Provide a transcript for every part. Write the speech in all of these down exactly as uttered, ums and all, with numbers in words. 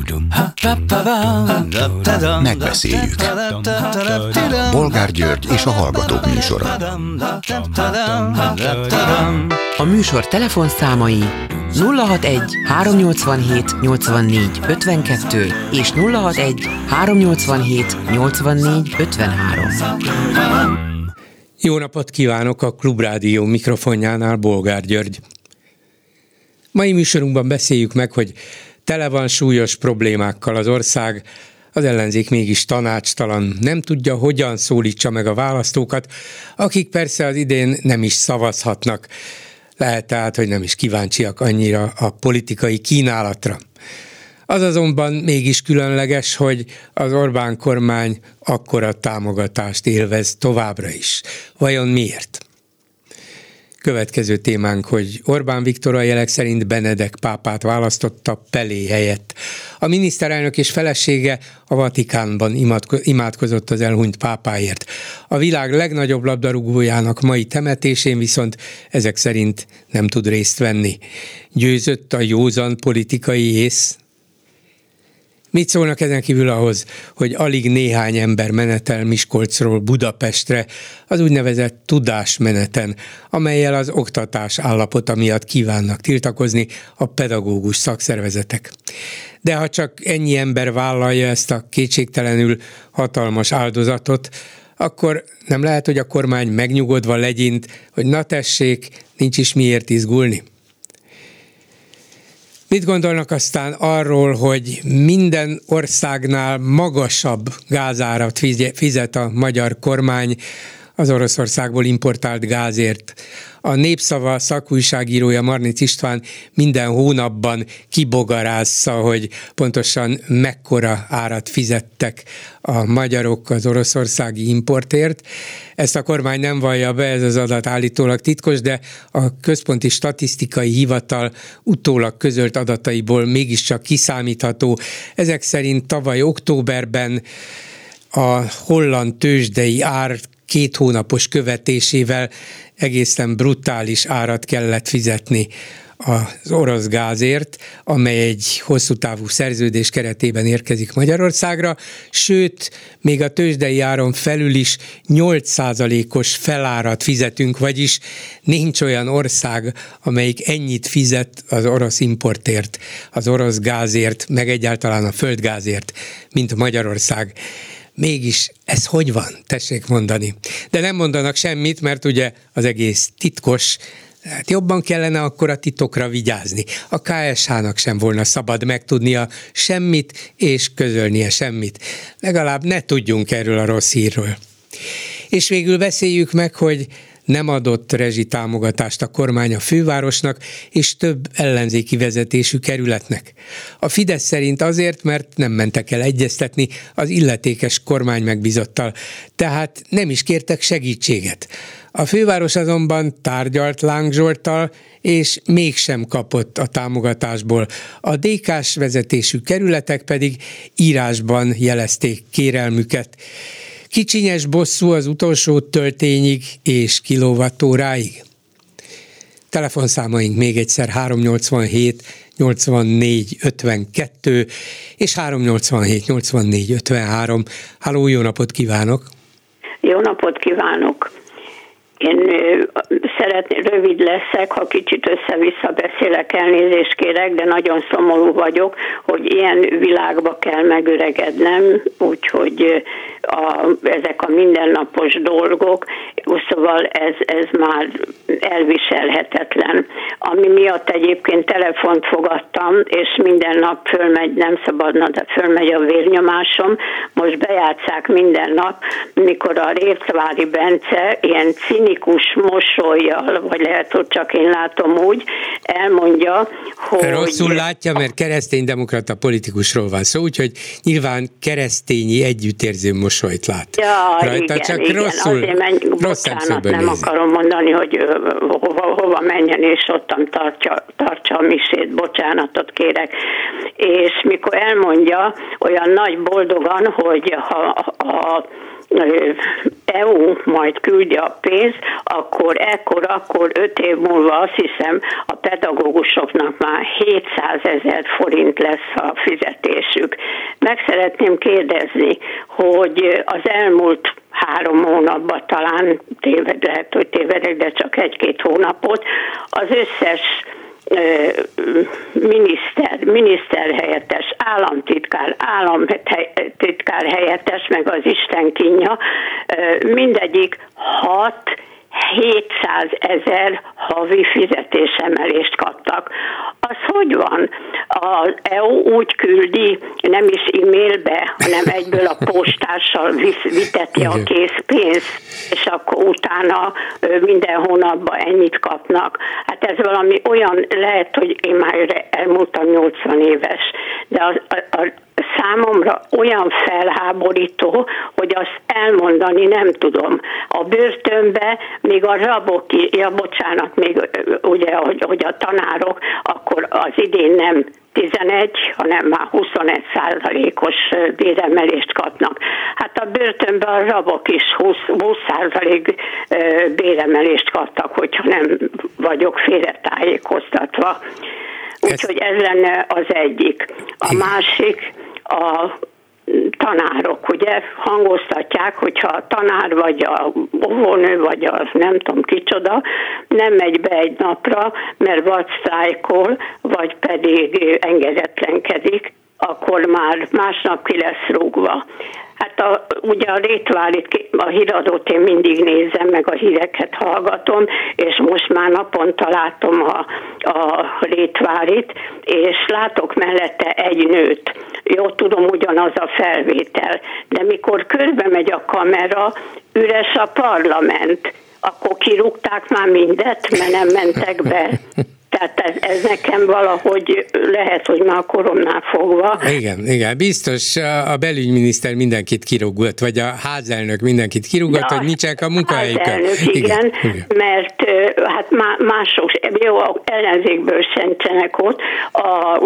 Megbeszéljük. Bolgár György és a Hallgatók műsora. A műsor telefonszámai nulla hatvanegy háromnyolcvanhét nyolcvannégy ötvenkettő és nulla hatvanegy háromnyolcvanhét nyolcvannégy ötvenhárom. Jó napot kívánok, a Klubrádió mikrofonjánál Bolgár György. Mai műsorunkban beszéljük meg, hogy tele van súlyos problémákkal az ország, az ellenzék mégis tanácstalan, nem tudja, hogyan szólítsa meg a választókat, akik persze az idén nem is szavazhatnak. Lehet tehát, hogy nem is kíváncsiak annyira a politikai kínálatra. Az azonban mégis különleges, hogy az Orbán kormány akkora támogatást élvez továbbra is. Vajon miért? Következő témánk, hogy Orbán Viktor a jelek szerint Benedek pápát választotta Pelé helyett. A miniszterelnök és felesége a Vatikánban imádkozott az elhunyt pápáért. A világ legnagyobb labdarúgójának mai temetésén viszont ezek szerint nem tud részt venni. Győzött a józan politikai ész? Mit szólnak ezen kívül ahhoz, hogy alig néhány ember menetel Miskolcról Budapestre az úgynevezett tudásmeneten, amellyel az oktatás állapota miatt kívánnak tiltakozni a pedagógus szakszervezetek. De ha csak ennyi ember vállalja ezt a kétségtelenül hatalmas áldozatot, akkor nem lehet, hogy a kormány megnyugodva legyint, hogy na tessék, nincs is miért izgulni. Mit gondolnak aztán arról, hogy minden országnál magasabb gázárat fizet a magyar kormány az Oroszországból importált gázért? A Népszava szakújságírója Marnic István minden hónapban kibogarázza, hogy pontosan mekkora árat fizettek a magyarok az oroszországi importért. Ezt a kormány nem vallja be, ez az adat állítólag titkos, de a Központi Statisztikai Hivatal utólag közölt adataiból mégiscsak kiszámítható. Ezek szerint tavaly októberben a holland tőzsdei ár két hónapos követésével egészen brutális árat kellett fizetni az orosz gázért, amely egy hosszú távú szerződés keretében érkezik Magyarországra, sőt, még a tőzsdei áron felül is nyolc százalékos felárat fizetünk, vagyis nincs olyan ország, amelyik ennyit fizet az orosz importért, az orosz gázért, meg egyáltalán a földgázért, mint Magyarország. Mégis ez hogy van? Tessék mondani. De nem mondanak semmit, mert ugye az egész titkos, hát jobban kellene akkor a titokra vigyázni. A ká es há-nak sem volna szabad megtudnia semmit és közölnie semmit. Legalább ne tudjunk erről a rossz hírről. És végül beszéljük meg, hogy nem adott rezsitámogatást a kormány a fővárosnak és több ellenzéki vezetésű kerületnek. A Fidesz szerint azért, mert nem mentek el egyeztetni az illetékes kormány megbízottal, tehát nem is kértek segítséget. A főváros azonban tárgyalt Láng Zsolttal, és mégsem kapott a támogatásból. A dé ká-s vezetésű kerületek pedig írásban jelezték kérelmüket. Kicsinyes bosszú az utolsó töltényig és kilovattóráig. Telefonszámaink még egyszer háromnyolcvanhét nyolcvannégy ötvenkettő és háromnyolcvanhét nyolcvannégy ötvenhárom. Halló, jó napot kívánok! Jó napot kívánok! Én szeretném, rövid leszek, ha kicsit össze-vissza beszélek, elnézést kérek, de nagyon szomorú vagyok, hogy ilyen világba kell megöregednem, úgyhogy a, ezek a mindennapos dolgok, szóval ez, ez már elviselhetetlen. Ami miatt egyébként telefont fogadtam, és minden nap fölmegy, nem szabadna, de fölmegy a vérnyomásom, most bejátsszák minden nap, mikor a Révszvári Bence ilyen cinikus mosollyal, vagy lehet, hogy csak én látom úgy, elmondja, hogy... Rosszul látja, mert kereszténydemokrata politikusról van szó, úgyhogy nyilván keresztényi együttérző mosolyt lát. Ja, rajta, igen, csak igen. rosszul, Azért menj, rossz bocsánat, nem nézi. akarom mondani, hogy hova, hova menjen, és ottan tartsa, tartsa a misét, bocsánatot kérek. És mikor elmondja olyan nagy boldogan, hogy ha, ha é u majd küldje a pénzt, akkor ekkor, akkor öt év múlva azt hiszem a pedagógusoknak már hétszázezer forint lesz a fizetésük. meg szeretném kérdezni, hogy az elmúlt három hónapban talán téved, lehet, hogy tévedek, de csak egy-két hónapot, az összes miniszter, miniszterhelyettes, államtitkár, államtitkár helyettes, meg az Isten kínja, mindegyik hat hétszázezer havi fizetésemelést kaptak. Az hogy van? Az é u úgy küldi, nem is e-mailbe, hanem egyből a postással viteti a készpénzt, és akkor utána minden hónapban ennyit kapnak. Hát ez valami olyan, lehet, hogy én már elmúltam nyolcvan éves, de az, a, a számomra olyan felháborító, hogy azt elmondani nem tudom. A börtönbe még a rabok, ja bocsánat, még ugye, hogy, hogy a tanárok akkor az idén nem tizenegy, hanem már huszonegy százalékos béremelést kapnak. Hát a börtönben a rabok is húsz százalék béremelést kaptak, hogyha nem vagyok félretájékoztatva. Úgyhogy ez lenne az egyik. A másik, a tanárok, ugye hangoztatják, hogyha a tanár vagy a óvónő vagy a nem tudom kicsoda nem megy be egy napra, mert vagy sztrájkol, vagy pedig engedetlenkedik, akkor már másnap ki lesz rúgva. Hát a, ugye a Rétvárit, a híradót én mindig nézem, meg a híreket hallgatom, és most már naponta látom a, a Rétvárit, és látok mellette egy nőt. Jó, tudom, ugyanaz a felvétel, de mikor körbe megy a kamera, üres a parlament, akkor kirúgták már mindet, mert nem mentek be. Tehát ez, ez nekem valahogy lehet, hogy már a koromnál fogva. Igen, igen, biztos a belügyminiszter mindenkit kirúgott, vagy a házelnök mindenkit kirúgott, hogy nincsenek a munkahelyükön. Házelnök, igen, igen, igen, mert hát mások, jó, ellenzékből sincsenek ott, a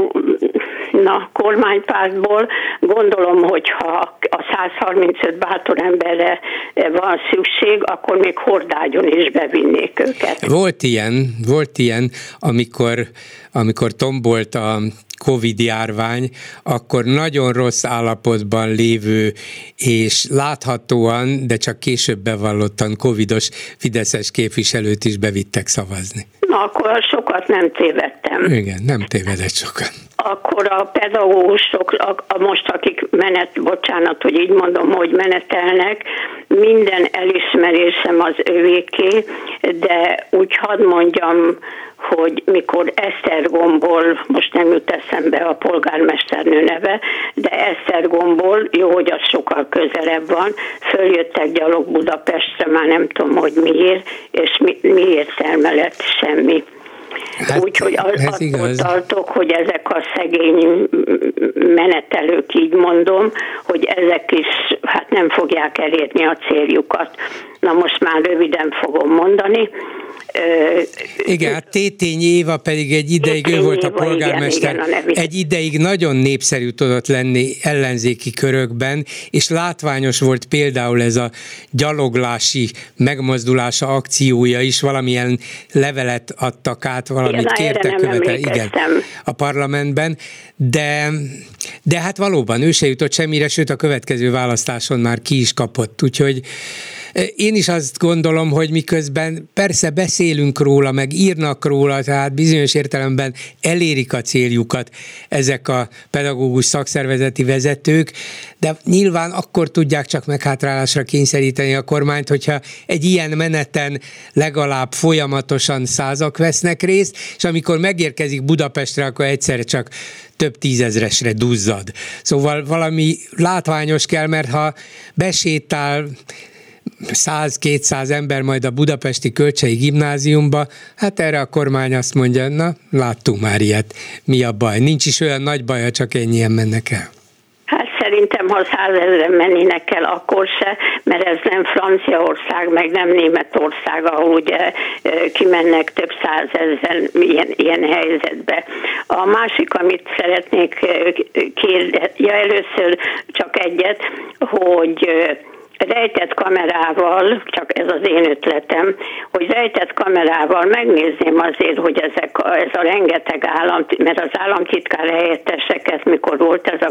na, kormánypártból gondolom, hogyha a száz harmincöt bátor emberre van szükség, akkor még hordágyon is bevinnék őket. Volt ilyen, volt ilyen, amikor, amikor tombolt a Covid járvány, akkor nagyon rossz állapotban lévő és láthatóan, de csak később bevallottan covidos fideszes képviselőt is bevittek szavazni. Na, akkor sokat nem tévedtem. Igen, nem tévedett sokat. Akkor a pedagógusok, a, a most akik menet, bocsánat, hogy így mondom, hogy menetelnek, minden elismerésem az övéké, de úgy hadd mondjam, hogy mikor Esztergomból, most nem jut eszembe a polgármesternő neve, de Esztergomból, jó, hogy az sokkal közelebb van, följöttek gyalog Budapestre, már nem tudom, hogy miért, és mi, mi értelme lett, semmi. Hát, úgyhogy attól tartok, hogy ezek a szegény menetelők, így mondom, hogy ezek is hát nem fogják elérni a céljukat. Na most már röviden fogom mondani. Igen, hát Tétény Éva pedig egy ideig, Tétény ő volt Éva, a polgármester, igen, igen, a egy ideig nagyon népszerű tudott lenni ellenzéki körökben, és látványos volt például ez a gyaloglási megmozdulása akciója is, valamilyen levelet adtak át, valamit igen, kértek követel, igen, a parlamentben, de, de hát valóban ő se jutott semmire, sőt a következő választáson már ki is kapott, úgyhogy én is azt gondolom, hogy miközben persze beszélünk róla, meg írnak róla, tehát bizonyos értelemben elérik a céljukat ezek a pedagógus szakszervezeti vezetők, de nyilván akkor tudják csak meghátrálásra kényszeríteni a kormányt, hogyha egy ilyen meneten legalább folyamatosan százak vesznek részt, és amikor megérkezik Budapestre, akkor egyszerre csak több tízezresre duzzad. Szóval valami látványos kell, mert ha besétál száz-kétszáz ember majd a budapesti Kölcsei Gimnáziumba, hát erre a kormány azt mondja, na, láttunk már ilyet, mi a baj? Nincs is olyan nagy baj, csak ennyien mennek el. Hát szerintem, ha százezren mennének el, akkor se, mert ez nem Franciaország, meg nem Németország, ahol ugye kimennek több százezren ilyen, ilyen helyzetbe. A másik, amit szeretnék kérdezni, ja, először csak egyet, hogy rejtett kamerával, csak ez az én ötletem, hogy rejtett kamerával megnézném azért, hogy ezek a, ez a rengeteg állam, mert az államtitkár helyetteseket, mikor volt ez a fizetés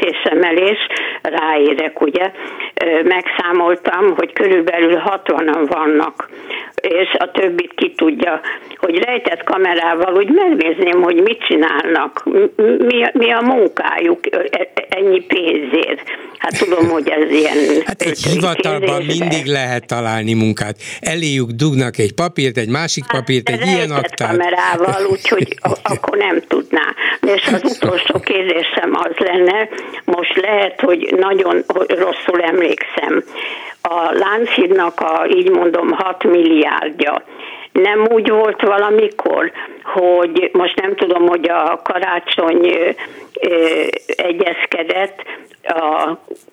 fizetésemelés, ráérek, ugye, megszámoltam, hogy körülbelül hatvanan vannak, és a többit ki tudja, hogy rejtett kamerával úgy megnézném, hogy mit csinálnak, mi, mi a munkájuk ennyi pénzért. Hát tudom, hogy ez ilyen... Hát egy hivatalban kérdés, mindig lehet találni munkát. Eléjük dugnak egy papírt, egy másik hát papírt, egy ilyen aktát. Kamerával, úgyhogy akkor nem tudná. És az utolsó kérdésem az lenne, most lehet, hogy nagyon rosszul emlékszem, a Lánchídnak a, így mondom, hat milliárdja. Nem úgy volt valamikor, hogy most nem tudom, hogy a Karácsony ö, ö, egyezkedett a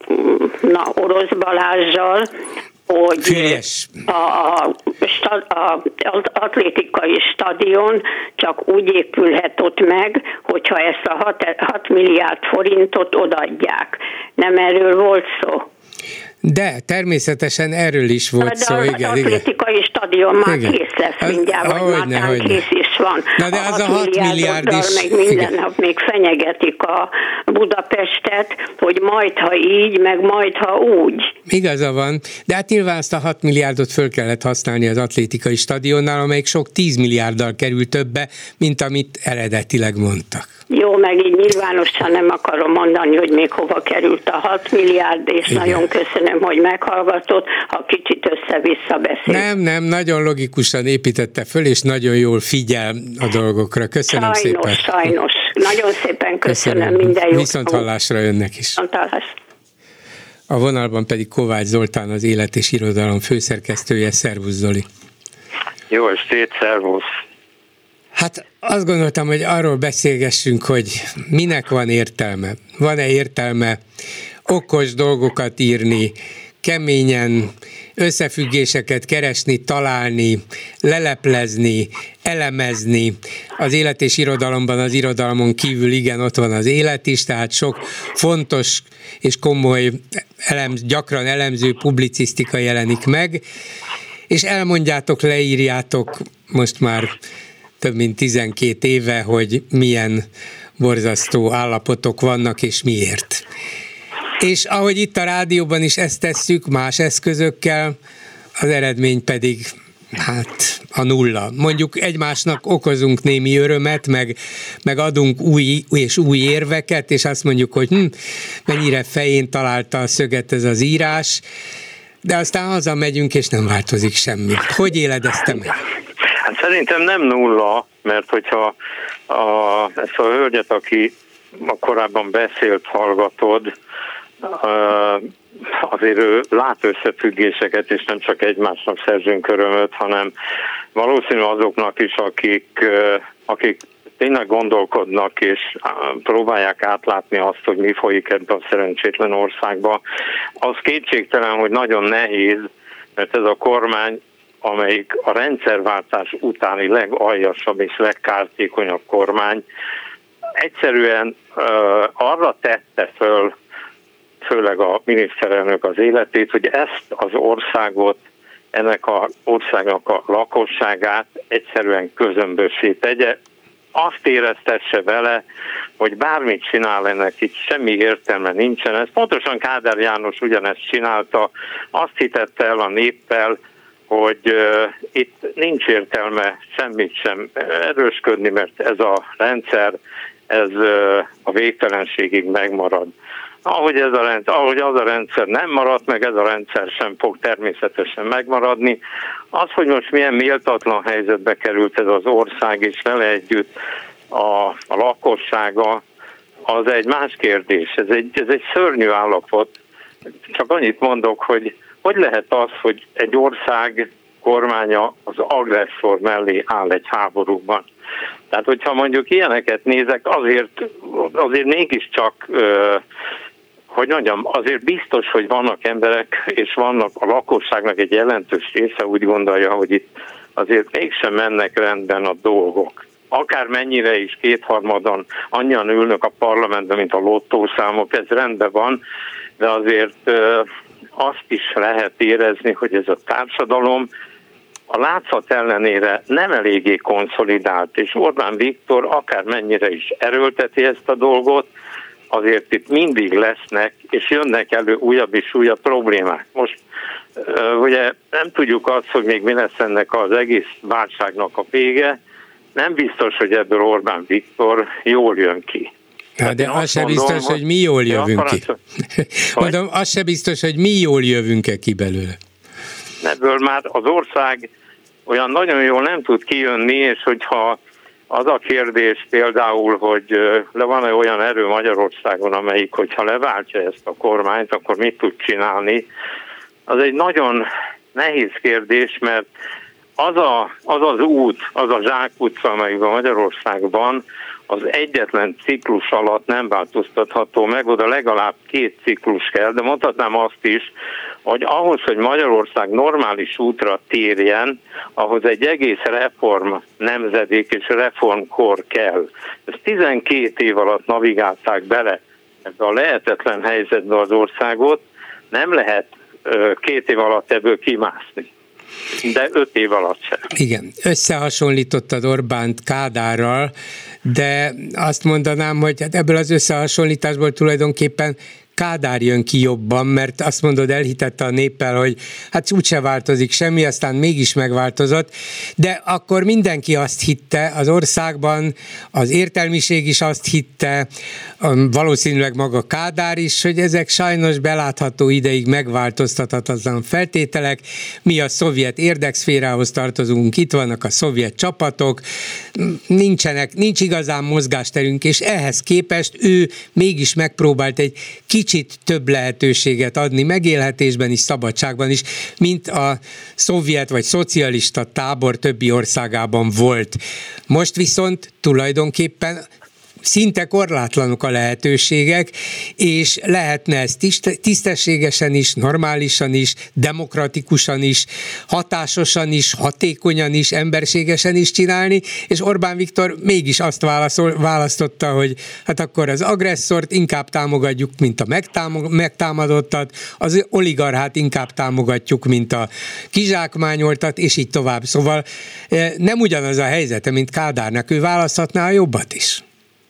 na, Orosz Balázssal, hogy a, a, a, az atlétikai stadion csak úgy épülhet ott meg, hogyha ezt a hat milliárd forintot odaadják. Nem erről volt szó? De természetesen erről is volt de szó, az igen. Az atlétikai igen. stadion már igen. kész lesz az, mindjárt, vagy hogyne, már hogyne. kész is van. Na de az a hat milliárd is. Meg minden igen. nap még fenyegetik a Budapestet, hogy majd ha így, meg majd ha úgy. Igaza van, de hát nyilván azt a hat milliárdot föl kellett használni az atlétikai stadionnál, amelyik sok tíz milliárddal kerül többe, mint amit eredetileg mondtak. Jó, meg így nyilvánosan nem akarom mondani, hogy még hova került a hat milliárd, és igen. nagyon köszönöm, hogy meghallgatott, ha kicsit össze-vissza beszél. Nem, nem, nagyon logikusan építette föl, és nagyon jól figyel a dolgokra. Köszönöm sajnos, szépen. Sajnos, sajnos. Nagyon szépen köszönöm, köszönöm. Minden jót. Viszont hallásra önnek is. Viszont hallás. A vonalban pedig Kovács Zoltán, az Élet és Irodalom főszerkesztője. Szervusz, Zoli. Jó estét, szervusz. Hát azt gondoltam, hogy arról beszélgessünk, hogy minek van értelme. Van-e értelme okos dolgokat írni, keményen összefüggéseket keresni, találni, leleplezni, elemezni. Az élet és irodalomban, az irodalmon kívül igen, ott van az élet is, tehát sok fontos és komoly, elemz, gyakran elemző publicisztika jelenik meg, és elmondjátok, leírjátok most már több mint tizenkét éve, hogy milyen borzasztó állapotok vannak, és miért. És ahogy itt a rádióban is ezt tesszük, más eszközökkel, az eredmény pedig hát a nulla. Mondjuk egymásnak okozunk némi örömet, meg, meg adunk új és új érveket, és azt mondjuk, hogy hm, mennyire fején találta a szöget ez az írás, de aztán hazamegyünk, és nem változik semmi. Hogy éled ezt te meg? Hát szerintem nem nulla, mert hogyha a, ezt a hölgyet, aki a korábban beszélt, hallgatod, azért ő lát összefüggéseket, és nem csak egymásnak szerzünk örömöt, hanem valószínű azoknak is, akik, akik tényleg gondolkodnak, és próbálják átlátni azt, hogy mi folyik ebben a szerencsétlen országban. Az kétségtelen, hogy nagyon nehéz, mert ez a kormány, amelyik a rendszerváltás utáni legaljasabb és legkártékonyabb kormány, egyszerűen uh, arra tette föl, főleg a miniszterelnök az életét, hogy ezt az országot, ennek az országnak a lakosságát egyszerűen közömbössé tegye. Azt éreztesse vele, hogy bármit csinál, ennek itt semmi értelme nincsen. Ez pontosan Kádár János ugyanezt csinálta, azt hitette el a néppel, hogy uh, itt nincs értelme semmit sem erősködni, mert ez a rendszer, ez uh, a végtelenségig megmarad. Ahogy, ez a rendszer, ahogy az a rendszer nem maradt meg, ez a rendszer sem fog természetesen megmaradni. Az, hogy most milyen méltatlan helyzetbe került ez az ország, és vele együtt a, a lakossága, az egy más kérdés. Ez egy, ez egy szörnyű állapot. Csak annyit mondok, hogy hogy lehet az, hogy egy ország kormánya az agresszor mellé áll egy háborúban. Tehát, hogyha mondjuk ilyeneket nézek, azért, azért mégiscsak, hogy mondjam, azért biztos, hogy vannak emberek, és vannak a lakosságnak egy jelentős része úgy gondolja, hogy itt azért mégsem mennek rendben a dolgok. Akár mennyire is kétharmadon annyian ülnek a parlamentben, mint a lottószámok, ez rendben van, de azért azt is lehet érezni, hogy ez a társadalom a látszat ellenére nem eléggé konszolidált, és Orbán Viktor akármennyire is erőlteti ezt a dolgot, azért itt mindig lesznek, és jönnek elő újabb és újabb problémák. Most ugye nem tudjuk azt, hogy még mi lesz ennek az egész válságnak a vége, nem biztos, hogy ebből Orbán Viktor jól jön ki. Hát de az se biztos, hogy mi jól jövünk ki. Mondom, az se biztos, hogy mi jól jövünk-e ki belőle. Ebből már az ország olyan nagyon jól nem tud kijönni, és hogyha az a kérdés például, hogy le van-e olyan erő Magyarországon, amelyik, hogyha leváltja ezt a kormányt, akkor mit tud csinálni, az egy nagyon nehéz kérdés, mert az a, az, az út, az a zsákutca, amelyikben Magyarországban az egyetlen ciklus alatt nem változtatható meg, oda legalább két ciklus kell, de mondhatnám azt is, hogy ahhoz, hogy Magyarország normális útra térjen, ahhoz egy egész reform nemzedék és reformkor kell. Ezt tizenkét év alatt navigálták bele ebbe a lehetetlen helyzetbe az országot, nem lehet két év alatt ebből kimászni. De öt év alatt sem. Igen, összehasonlítottad Orbánt Kádárral, de azt mondanám, hogy hát ebből az összehasonlításból tulajdonképpen Kádár jön ki jobban, mert azt mondod, elhitette a néppel, hogy hát úgyse változik semmi, aztán mégis megváltozott, de akkor mindenki azt hitte, az országban az értelmiség is azt hitte, valószínűleg maga Kádár is, hogy ezek sajnos belátható ideig megváltoztathatatlan feltételek, mi a szovjet érdekszférához tartozunk, itt vannak a szovjet csapatok, nincsenek, nincs igazán mozgásterünk, és ehhez képest ő mégis megpróbált egy kicsit több lehetőséget adni megélhetésben is, szabadságban is, mint a szovjet vagy szocialista tábor többi országában volt. Most viszont tulajdonképpen szinte korlátlanok a lehetőségek, és lehetne ezt tisztességesen is, normálisan is, demokratikusan is, hatásosan is, hatékonyan is, emberségesen is csinálni, és Orbán Viktor mégis azt válaszol, választotta, hogy hát akkor az agresszort inkább támogatjuk, mint a megtámadottat, az oligarchát inkább támogatjuk, mint a kizsákmányoltat, és így tovább. Szóval nem ugyanaz a helyzete, mint Kádárnak, ő választhatná a jobbat is.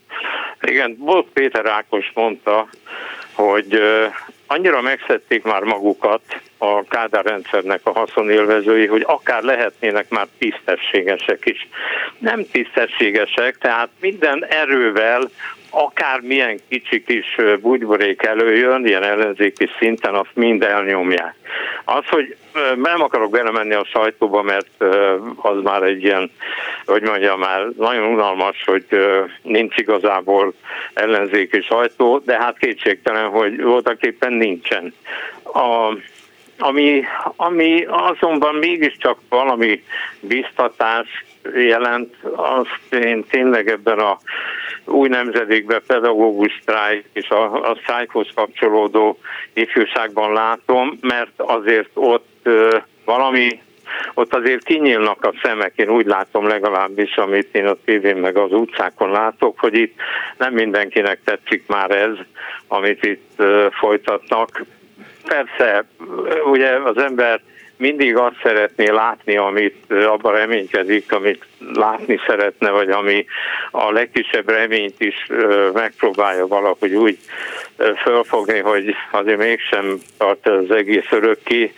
Igen, Bóth Péter Ákos mondta, hogy annyira megszedték már magukat a Kádár rendszernek a haszonélvezői, hogy akár lehetnének már tisztességesek is. Nem tisztességesek, tehát minden erővel, akár milyen kicsi kis bugyborék előjön, ilyen ellenzéki szinten, azt mind elnyomják. Az, hogy nem akarok belemenni a sajtóba, mert az már egy ilyen, hogy mondjam, már nagyon unalmas, hogy nincs igazából ellenzéki sajtó, de hát kétségtelen, hogy voltaképpen nincsen. A, ami, ami azonban mégiscsak valami biztatás jelent, azt én tényleg ebben a új nemzedékben pedagógus sztrájk és a, a sztrájkhoz kapcsolódó ifjúságban látom, mert azért ott uh, valami, ott azért kinyílnak a szemek, én úgy látom legalábbis, amit én a tévén meg az utcákon látok, hogy itt nem mindenkinek tetszik már ez, amit itt uh, folytatnak. Persze, ugye az ember mindig azt szeretné látni, amit abban reménykedik, amit látni szeretne, vagy ami a legkisebb reményt is megpróbálja valahogy úgy fölfogni, hogy azért mégsem tart az egész örökké.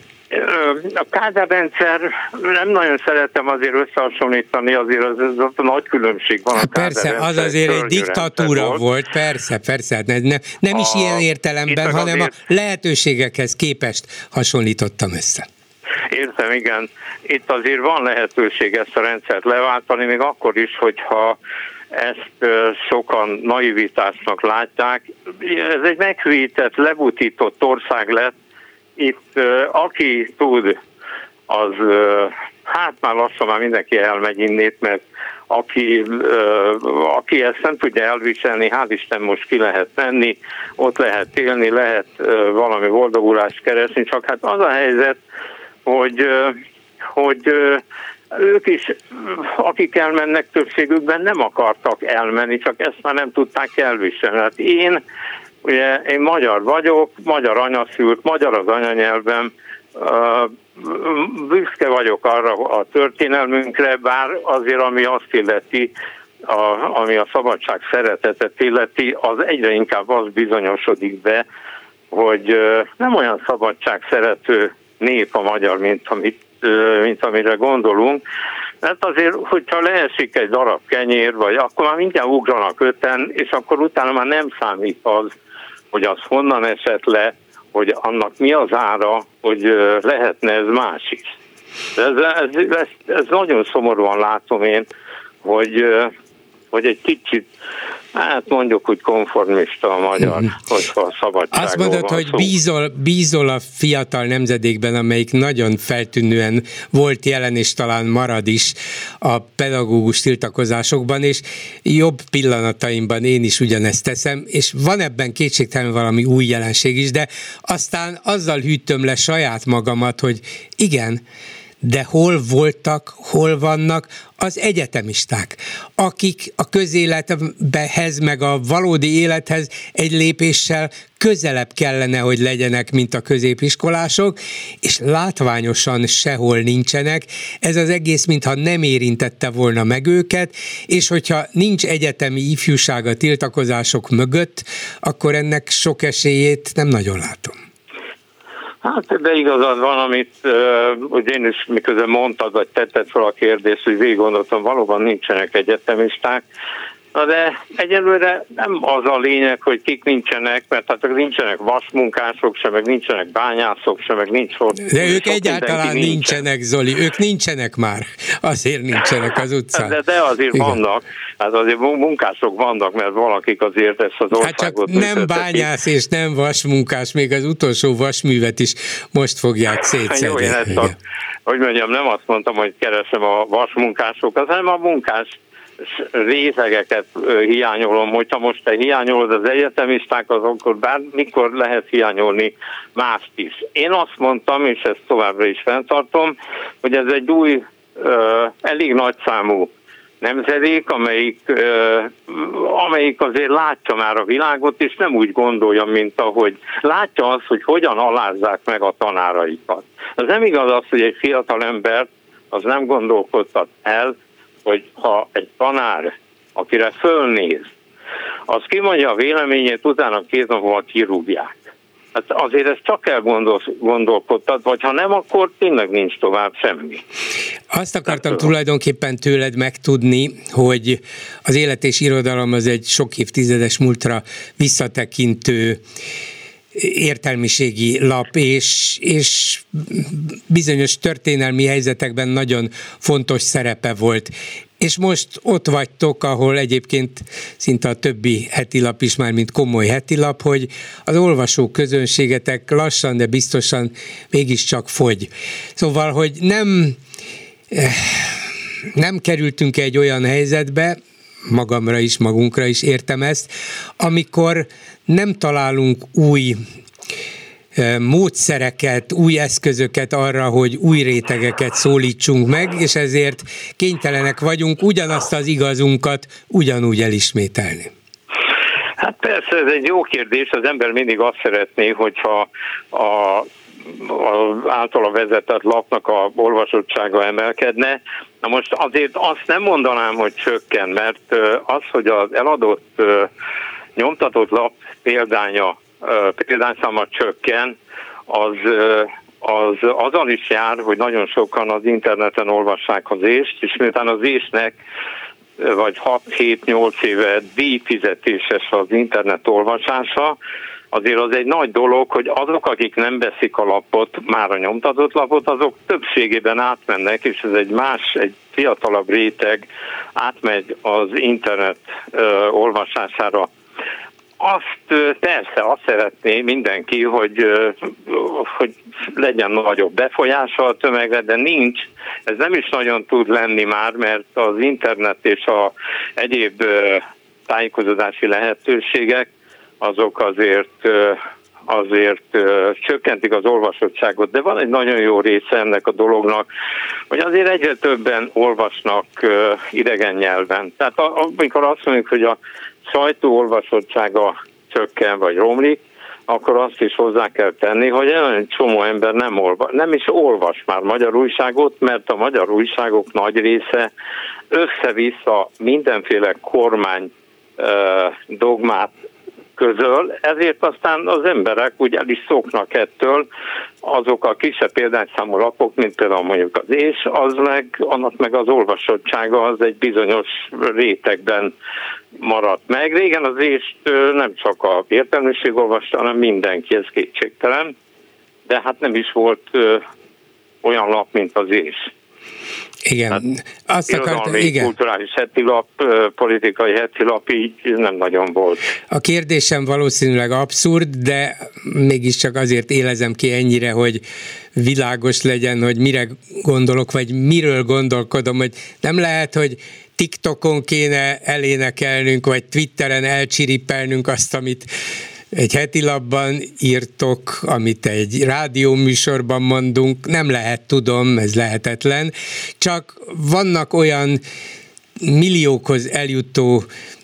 A Kádár rendszer, nem nagyon szeretem azért összehasonlítani, azért az, az, az a nagy különbség van. Hát persze, az azért egy diktatúra volt. volt, persze, persze, ne, ne, nem is a, ilyen értelemben, hanem azért, a lehetőségekhez képest hasonlítottam össze. Értem, igen. Itt azért van lehetőség ezt a rendszert leváltani, még akkor is, hogyha ezt sokan naivitásnak látják. Ez egy meghűített, lebutított ország lett. Itt aki tud, az hát már lassan már mindenki elmegy innét, mert aki, aki ezt nem tudja elviselni, hál' Isten most ki lehet menni, ott lehet élni, lehet valami boldogulást keresni, csak hát az a helyzet, hogy, hogy ők is, akik elmennek, többségükben nem akartak elmenni, csak ezt már nem tudták elviselni. Hát én, ugye, én magyar vagyok, magyar anyaszült, magyar az anyanyelvem, büszke vagyok arra a történelmünkre, bár azért, ami azt illeti, a, ami a szabadság szeretetet illeti, az egyre inkább az bizonyosodik be, hogy nem olyan szabadság szerető nép a magyar, mint, amit, mint amire gondolunk. Mert azért, hogyha leesik egy darab kenyér, vagy akkor már mindjárt ugranak öten, és akkor utána már nem számít az, hogy az honnan esett le, hogy annak mi az ára, hogy lehetne ez más is. Ez, ez, ez, ez nagyon szomorúan látom én, hogy, hogy egy kicsit, hát mondjuk, hogy konformista a magyar, mm. hogyha a szabadságról Azt mondod, van hogy szó. bízol, bízol a fiatal nemzedékben, amelyik nagyon feltűnően volt jelen, és talán marad is a pedagógus tiltakozásokban, és jobb pillanataimban én is ugyanezt teszem, és van ebben kétségtelen valami új jelenség is, de aztán azzal hűtöm le saját magamat, hogy igen, de hol voltak, hol vannak az egyetemisták, akik a közélethez, meg a valódi élethez egy lépéssel közelebb kellene, hogy legyenek, mint a középiskolások, és látványosan sehol nincsenek. Ez az egész, mintha nem érintette volna meg őket, és hogyha nincs egyetemi ifjúság a tiltakozások mögött, akkor ennek sok esélyét nem nagyon látom. Hát, de igazad van, amit uh, én is miközben mondtad, vagy tetted fel a kérdést, hogy végig gondoltam, valóban nincsenek egyetemisták, na de egyelőre nem az a lényeg, hogy kik nincsenek, mert hát nincsenek vasmunkások sem, meg nincsenek bányászok sem, meg nincs ott. De ők egyáltalán nincsen. nincsenek, Zoli, ők nincsenek már, azért nincsenek az utcán. De, de azért igen. vannak, hát azért munkások vannak, mert valakik azért ezt az országot... Hát csak nem bányász és nem vasmunkás, még az utolsó vasművet is most fogják szétszedni. Jó, én ezt a, hogy mondjam, nem azt mondtam, hogy keresem a vasmunkásokat, hanem a munkás részegeket hiányolom, hogyha most te hiányolod az egyetemistákat, akkor bármikor lehet hiányolni mást is. Én azt mondtam, és ezt továbbra is fenntartom, hogy ez egy új, elég nagyszámú nemzedék, amelyik, amelyik azért látja már a világot, és nem úgy gondolja, mint ahogy látja azt, hogy hogyan alázzák meg a tanáraikat. Az nem igaz az, hogy egy fiatal ember az nem gondolkodtat el, hogy ha egy tanár, akire fölnéz, az kimondja a véleményét, utána két nap múlva kirúgják. Hát azért ezt csak elgondol, gondolkodtat, vagy ha nem, akkor tényleg nincs tovább semmi. Azt akartam hát, tulajdonképpen tőled megtudni, hogy az Élet és Irodalom az egy sok évtizedes múltra visszatekintő értelmiségi lap, és, és bizonyos történelmi helyzetekben nagyon fontos szerepe volt. És most ott vagytok, ahol egyébként szinte a többi hetilap is már, mint komoly hetilap, hogy az olvasó közönségetek lassan, de biztosan mégiscsak fogy. Szóval, hogy nem, nem kerültünk egy olyan helyzetbe, magamra is, magunkra is értem ezt, amikor nem találunk új módszereket, új eszközöket arra, hogy új rétegeket szólítsunk meg, és ezért kénytelenek vagyunk ugyanazt az igazunkat ugyanúgy elismételni. Hát persze, ez egy jó kérdés, az ember mindig azt szeretné, hogyha a az általa vezetett lapnak a olvasottsága emelkedne. Na most azért azt nem mondanám, hogy csökken, mert az, hogy az eladott nyomtatott lap példánya, példányszáma csökken, az, az azzal is jár, hogy nagyon sokan az interneten olvassák az ést, és miután az ésnek vagy hat-hét-nyolc éve díjfizetéses az internet olvasása, azért az egy nagy dolog, hogy azok, akik nem veszik a lapot, már a nyomtatott lapot, azok többségében átmennek, és ez egy más, egy fiatalabb réteg átmegy az internet ö, olvasására. Azt persze azt szeretné mindenki, hogy, hogy legyen nagyobb befolyása a tömegre, de nincs. Ez nem is nagyon tud lenni már, mert az internet és a egyéb tájékozódási lehetőségek azok azért, azért csökkentik az olvasottságot, de van egy nagyon jó része ennek a dolognak, hogy azért egyre többen olvasnak idegen nyelven. Tehát amikor azt mondjuk, hogy a sajtó olvasottsága csökken vagy romlik, akkor azt is hozzá kell tenni, hogy egy csomó ember nem, olva, nem is olvas már magyar újságot, mert a magyar újságok nagy része össze-vissza mindenféle kormány dogmát közöl, ezért aztán az emberek úgy el is szoknak ettől, azok a kisebb példányszámú lapok, mint például mondjuk az És, az meg, annak meg az olvasottsága az egy bizonyos rétegben maradt meg. Régen az Ést nem csak a értelmiség olvasta, hanem mindenki, ez kétségtelen, de hát nem is volt ö, olyan lap, mint az És. Igen, hát, azt akartam, igen. Kulturális hetilap, politikai hetilap így nem nagyon volt. A kérdésem valószínűleg abszurd, de mégiscsak azért élezem ki ennyire, hogy világos legyen, hogy mire gondolok, vagy miről gondolkodom, hogy nem lehet, hogy TikTokon kéne elénekelnünk, vagy Twitteren elcsiripelnünk azt, amit egy hetilapban írtok, amit egy rádióműsorban mondunk, nem lehet, tudom, ez lehetetlen, csak vannak olyan milliókhoz eljutó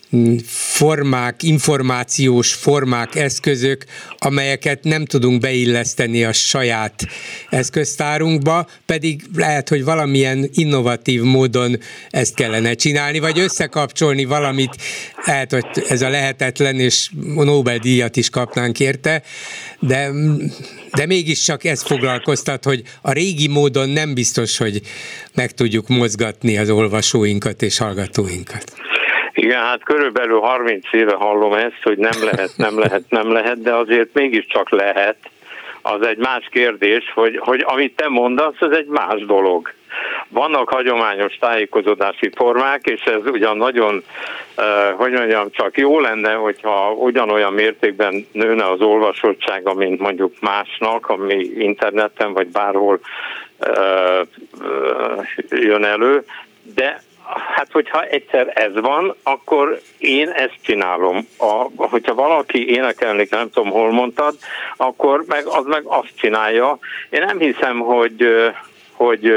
formák, információs formák, eszközök, amelyeket nem tudunk beilleszteni a saját eszköztárunkba, pedig lehet, hogy valamilyen innovatív módon ezt kellene csinálni, vagy összekapcsolni valamit, lehet, hogy ez a lehetetlen, és Nobel-díjat is kapnánk érte, de, de mégiscsak ez foglalkoztat, hogy a régi módon nem biztos, hogy meg tudjuk mozgatni az olvasóinkat és hallgatóinkat. Igen, hát körülbelül harminc éve hallom ezt, hogy nem lehet, nem lehet, nem lehet, de azért mégiscsak lehet. Az egy más kérdés, hogy, hogy amit te mondasz, az egy más dolog. Vannak hagyományos tájékozódási formák, és ez ugyan nagyon, uh, hogy mondjam, csak jó lenne, hogyha ugyanolyan mértékben nőne az olvasottsága, mint mondjuk másnak, ami interneten vagy bárhol uh, uh, jön elő, de hát, hogyha egyszer ez van, akkor én ezt csinálom. A, hogyha valaki énekelni, nem tudom, hol mondtad, akkor meg az meg azt csinálja. Én nem hiszem, hogy, hogy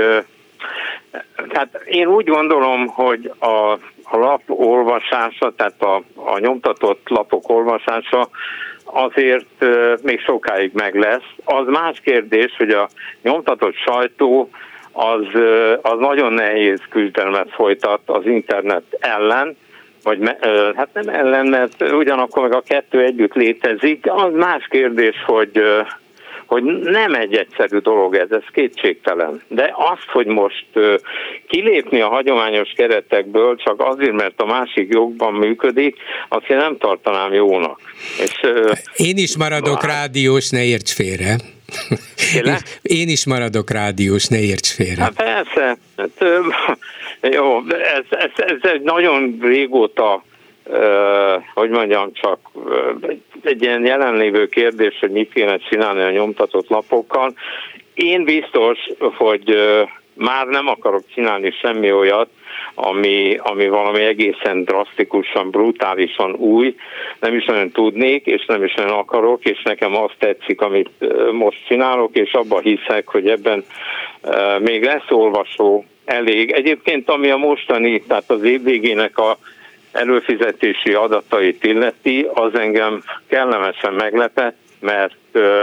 tehát én úgy gondolom, hogy a, a lap olvasása, tehát a, a nyomtatott lapok olvasása azért még sokáig meg lesz. Az más kérdés, hogy a nyomtatott sajtó Az, az nagyon nehéz küzdelmet folytat az internet ellen, vagy hát nem ellen, mert ugyanakkor meg a kettő együtt létezik. Az más kérdés, hogy, hogy nem egy egyszerű dolog ez, ez kétségtelen. De azt, hogy most kilépni a hagyományos keretekből csak azért, mert a másik jogban működik, azt én nem tartanám jónak. És, én is maradok hát, rádiós, ne érts félre. Én is maradok rádiós, ne érts félre. Hát persze. Hát, jó, ez, ez, ez egy nagyon régóta, hogy mondjam, csak egy ilyen jelenlévő kérdés, hogy mit kéne csinálni a nyomtatott lapokkal. Én biztos, hogy már nem akarok csinálni semmi olyat, ami, ami valami egészen drasztikusan, brutálisan új, nem is nagyon tudnék, és nem is nagyon akarok, és nekem azt tetszik, amit most csinálok, és abban hiszek, hogy ebben még lesz olvasó elég. Egyébként, ami a mostani, tehát az év végének a előfizetési adatait illeti, az engem kellemesen meglepett, mert,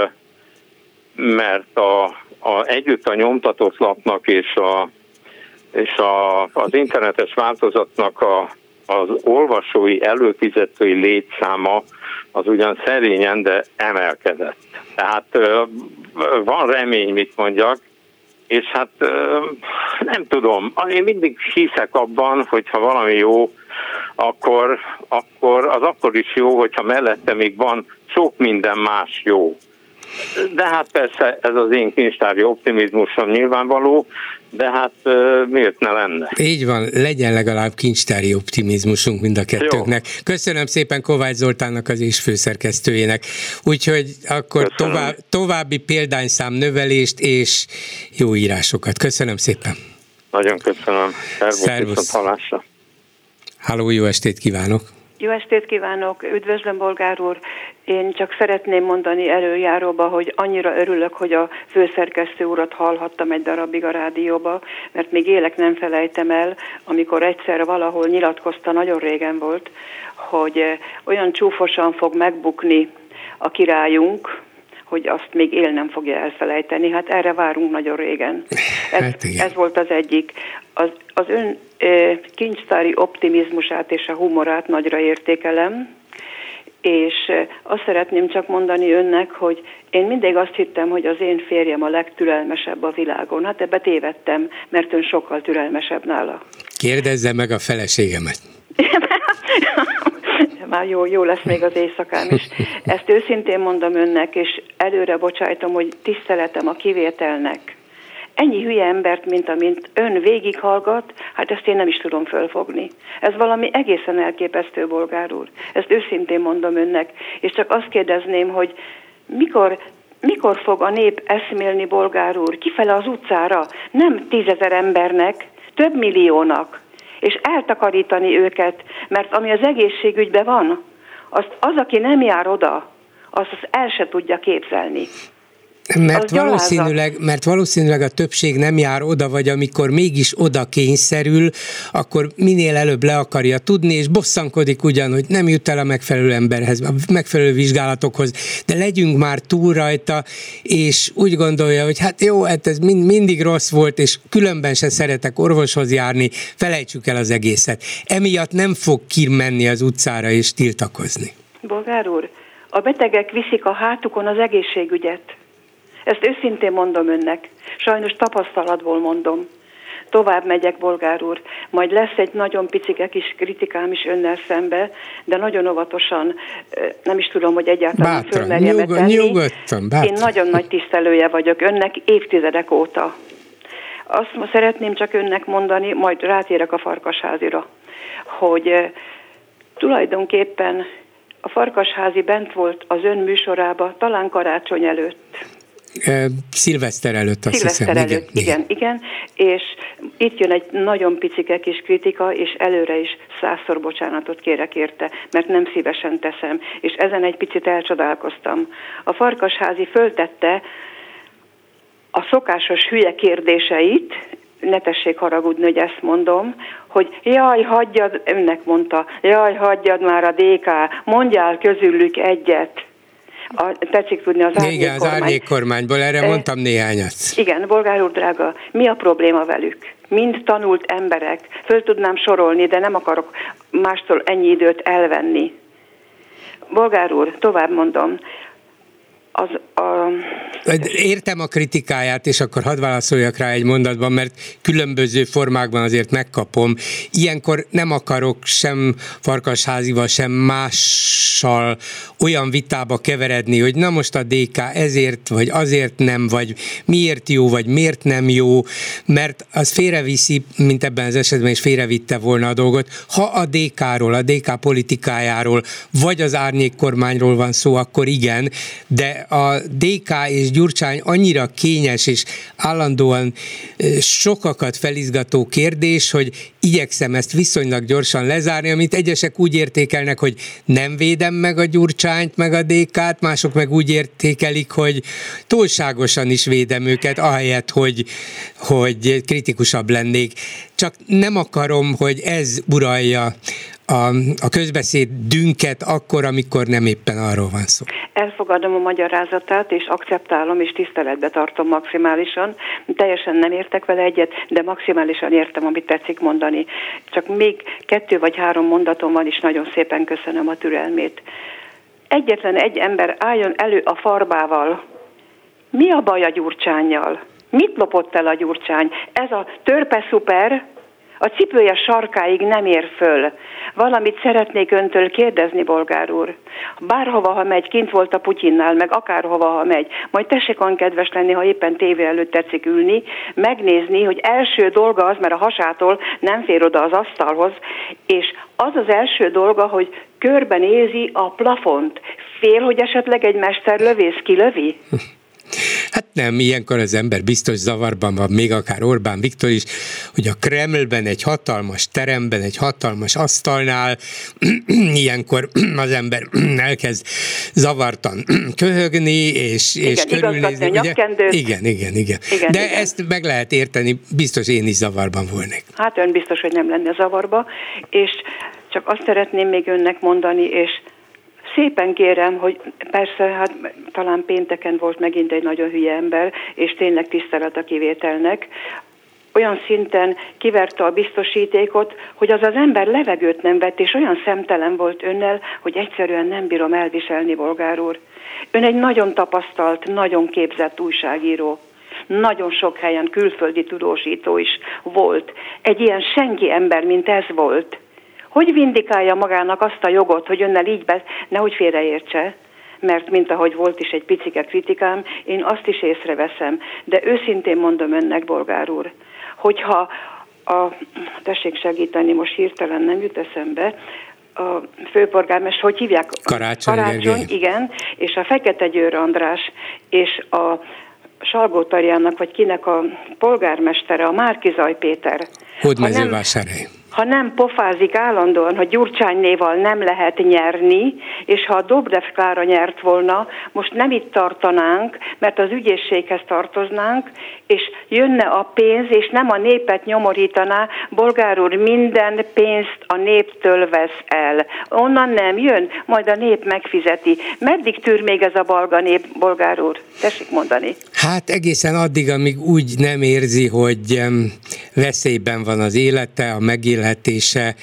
mert a, a, együtt a nyomtatott lapnak és a és a, az internetes változatnak a, az olvasói, előfizetői létszáma az ugyan szerényen, de emelkedett. Tehát van remény, mit mondjak, és hát nem tudom, én mindig hiszek abban, hogyha valami jó, akkor, akkor az akkor is jó, hogyha mellette még van sok minden más jó. De hát persze ez az én kincstári optimizmusom nyilvánvaló, de hát miért ne lenne? Így van, legyen legalább kincstári optimizmusunk mind a kettőnknek. Jó. Köszönöm szépen Kovács Zoltánnak, az És főszerkesztőjének. Úgyhogy akkor tovább, további példányszám növelést és jó írásokat. Köszönöm szépen. Nagyon köszönöm. Szervusz, viszont hallásra. Halló, jó estét kívánok. Jó estét kívánok, üdvözlöm Bolgár úr. Én csak szeretném mondani előjáróba, hogy annyira örülök, hogy a főszerkesztő urat hallhattam egy darabig a rádióba, mert még élek nem felejtem el, amikor egyszer valahol nyilatkozta, nagyon régen volt, hogy olyan csúfosan fog megbukni a királyunk, hogy azt még él nem fogja elfelejteni. Hát erre várunk nagyon régen. Ez, hát ez volt az egyik. Az, az ön e, kincstári optimizmusát és a humorát nagyra értékelem, és e, azt szeretném csak mondani önnek, hogy én mindig azt hittem, hogy az én férjem a legtürelmesebb a világon. Hát ebbe tévedtem, mert ön sokkal türelmesebb nála. Kérdezze meg a feleségemet. Már jó, jó lesz még az éjszakám is. Ezt őszintén mondom önnek, és előre bocsájtom, hogy tiszteletem a kivételnek. Ennyi hülye embert, mint amint ön végighallgat, hát ezt én nem is tudom fölfogni. Ez valami egészen elképesztő, bolgár úr. Ezt őszintén mondom önnek, és csak azt kérdezném, hogy mikor, mikor fog a nép eszmélni, bolgár úr, kifele az utcára, nem tízezer embernek, több milliónak, és eltakarítani őket, mert ami az egészségügyben van, azt az, aki nem jár oda, azt, azt el se tudja képzelni. Mert valószínűleg, mert valószínűleg a többség nem jár oda, vagy amikor mégis oda kényszerül, akkor minél előbb le akarja tudni, és bosszankodik ugyan, hogy nem jut el a megfelelő emberhez, a megfelelő vizsgálatokhoz, de legyünk már túl rajta, és úgy gondolja, hogy hát jó, hát ez mind, mindig rossz volt, és különben se szeretek orvoshoz járni, felejtsük el az egészet. Emiatt nem fog kimenni az utcára és tiltakozni. Bolgár úr, a betegek viszik a hátukon az egészségügyet. Ezt őszintén mondom önnek. Sajnos tapasztalatból mondom. Tovább megyek, bolgár úr. Majd lesz egy nagyon picike kis kritikám is önnel szembe, de nagyon óvatosan, nem is tudom, hogy egyáltalán fölmerjem tenni. Nyugodtan, bátran. Én nagyon nagy tisztelője vagyok önnek évtizedek óta. Azt szeretném csak önnek mondani, majd rátérek a Farkasházira, hogy tulajdonképpen a Farkasházi bent volt az ön műsorába, talán karácsony előtt. Szilveszter előtt, azt Szilveszter hiszem. előtt, igen, igen, igen, és itt jön egy nagyon picike kis kritika, és előre is százszor bocsánatot kérek érte, mert nem szívesen teszem, és ezen egy picit elcsodálkoztam. A Farkasházi föltette a szokásos hülye kérdéseit, ne tessék haragudni, hogy ezt mondom, hogy jaj, hagyjad, önnek mondta, jaj, hagyjad már a dé ká, mondjál közülük egyet. A, tetszik tudni az árnyék Igen, kormány. az árnyék kormányból, erre e, mondtam néhányat. Igen, bolgár úr drága, mi a probléma velük? Mind tanult emberek, föl tudnám sorolni, de nem akarok mástól ennyi időt elvenni. Bolgár úr, tovább mondom, az a... Értem a kritikáját, és akkor hadd válaszoljak rá egy mondatban, mert különböző formákban azért megkapom. Ilyenkor nem akarok sem Farkasházival, sem mással olyan vitába keveredni, hogy na most a dé ká ezért, vagy azért nem, vagy miért jó, vagy miért nem jó, mert az félreviszi, mint ebben az esetben is félrevitte volna a dolgot. Ha a dé ká-ról, a dé ká politikájáról, vagy az árnyék kormányról van szó, akkor igen, de a dé ká és Gyurcsány annyira kényes és állandóan sokakat felizgató kérdés, hogy igyekszem ezt viszonylag gyorsan lezárni, amit egyesek úgy értékelnek, hogy nem védem meg a Gyurcsányt, meg a dé ká-t, mások meg úgy értékelik, hogy túlságosan is védem őket, ahelyett, hogy, hogy kritikusabb lennék. Csak nem akarom, hogy ez uralja a, a közbeszédünket akkor, amikor nem éppen arról van szó. Elfogadom a magyarázatát, és akceptálom, és tiszteletbe tartom maximálisan. Teljesen nem értek vele egyet, de maximálisan értem, amit tetszik mondani. Csak még kettő vagy három mondatom van, és nagyon szépen köszönöm a türelmét. Egyetlen egy ember álljon elő a farbával. Mi a baj a Gyurcsánnyal? Mit lopott el a Gyurcsány? Ez a törpe szuper, a cipője sarkáig nem ér föl. Valamit szeretnék öntől kérdezni, bolgár úr. Bárhova, ha megy, kint volt a Putyinnál, meg akárhova, ha megy, majd tessék olyan kedves lenni, ha éppen tévé előtt tetszik ülni, megnézni, hogy első dolga az, mert a hasától nem fér oda az asztalhoz, és az az első dolga, hogy körbenézi a plafont. Fél, hogy esetleg egy mesterlövész kilövi? Hát nem, ilyenkor az ember biztos zavarban van, még akár Orbán Viktor is, hogy a Kremlben egy hatalmas teremben, egy hatalmas asztalnál, ilyenkor az ember elkezd zavartan köhögni, és, igen, és körülnézni. Ugye? Igen, igen, igen. igen De igen. Ezt meg lehet érteni, biztos én is zavarban volnék. Hát ön biztos, hogy nem lenne zavarba, és csak azt szeretném még önnek mondani, és szépen kérem, hogy persze, hát talán pénteken volt megint egy nagyon hülye ember, és tényleg tisztelet a kivételnek, olyan szinten kiverte a biztosítékot, hogy az az ember levegőt nem vett, és olyan szemtelen volt önnel, hogy egyszerűen nem bírom elviselni, Bolgár úr. Ön egy nagyon tapasztalt, nagyon képzett újságíró. Nagyon sok helyen külföldi tudósító is volt. Egy ilyen senki ember, mint ez volt. Hogy vindikálja magának azt a jogot, hogy önnel így be, nehogy félreértse, mert mint ahogy volt is egy picike kritikám, én azt is észreveszem. De őszintén mondom önnek, Bolgár úr, hogyha a, tessék segíteni, most hirtelen nem jut eszembe, a főpolgármester, hogy hívják? Karácsony, Karácsony, igen, és a Fekete Győr András, és a Salgótarjának, vagy kinek a polgármestere, a Márki-Zay Péter. Hódmezővásárhely. Ha nem pofázik állandóan, hogy Gyurcsánynéval nem lehet nyerni, és ha a Dobrev Klára nyert volna, most nem itt tartanánk, mert az ügyészséghez tartoznánk, és jönne a pénz, és nem a népet nyomorítaná. Bolgár úr, minden pénzt a néptől vesz el. Onnan nem jön, majd a nép megfizeti. Meddig tűr még ez a balga nép, Bolgár úr? Tessék mondani. Hát egészen addig, amíg úgy nem érzi, hogy veszélyben van az élete, a megélhetése,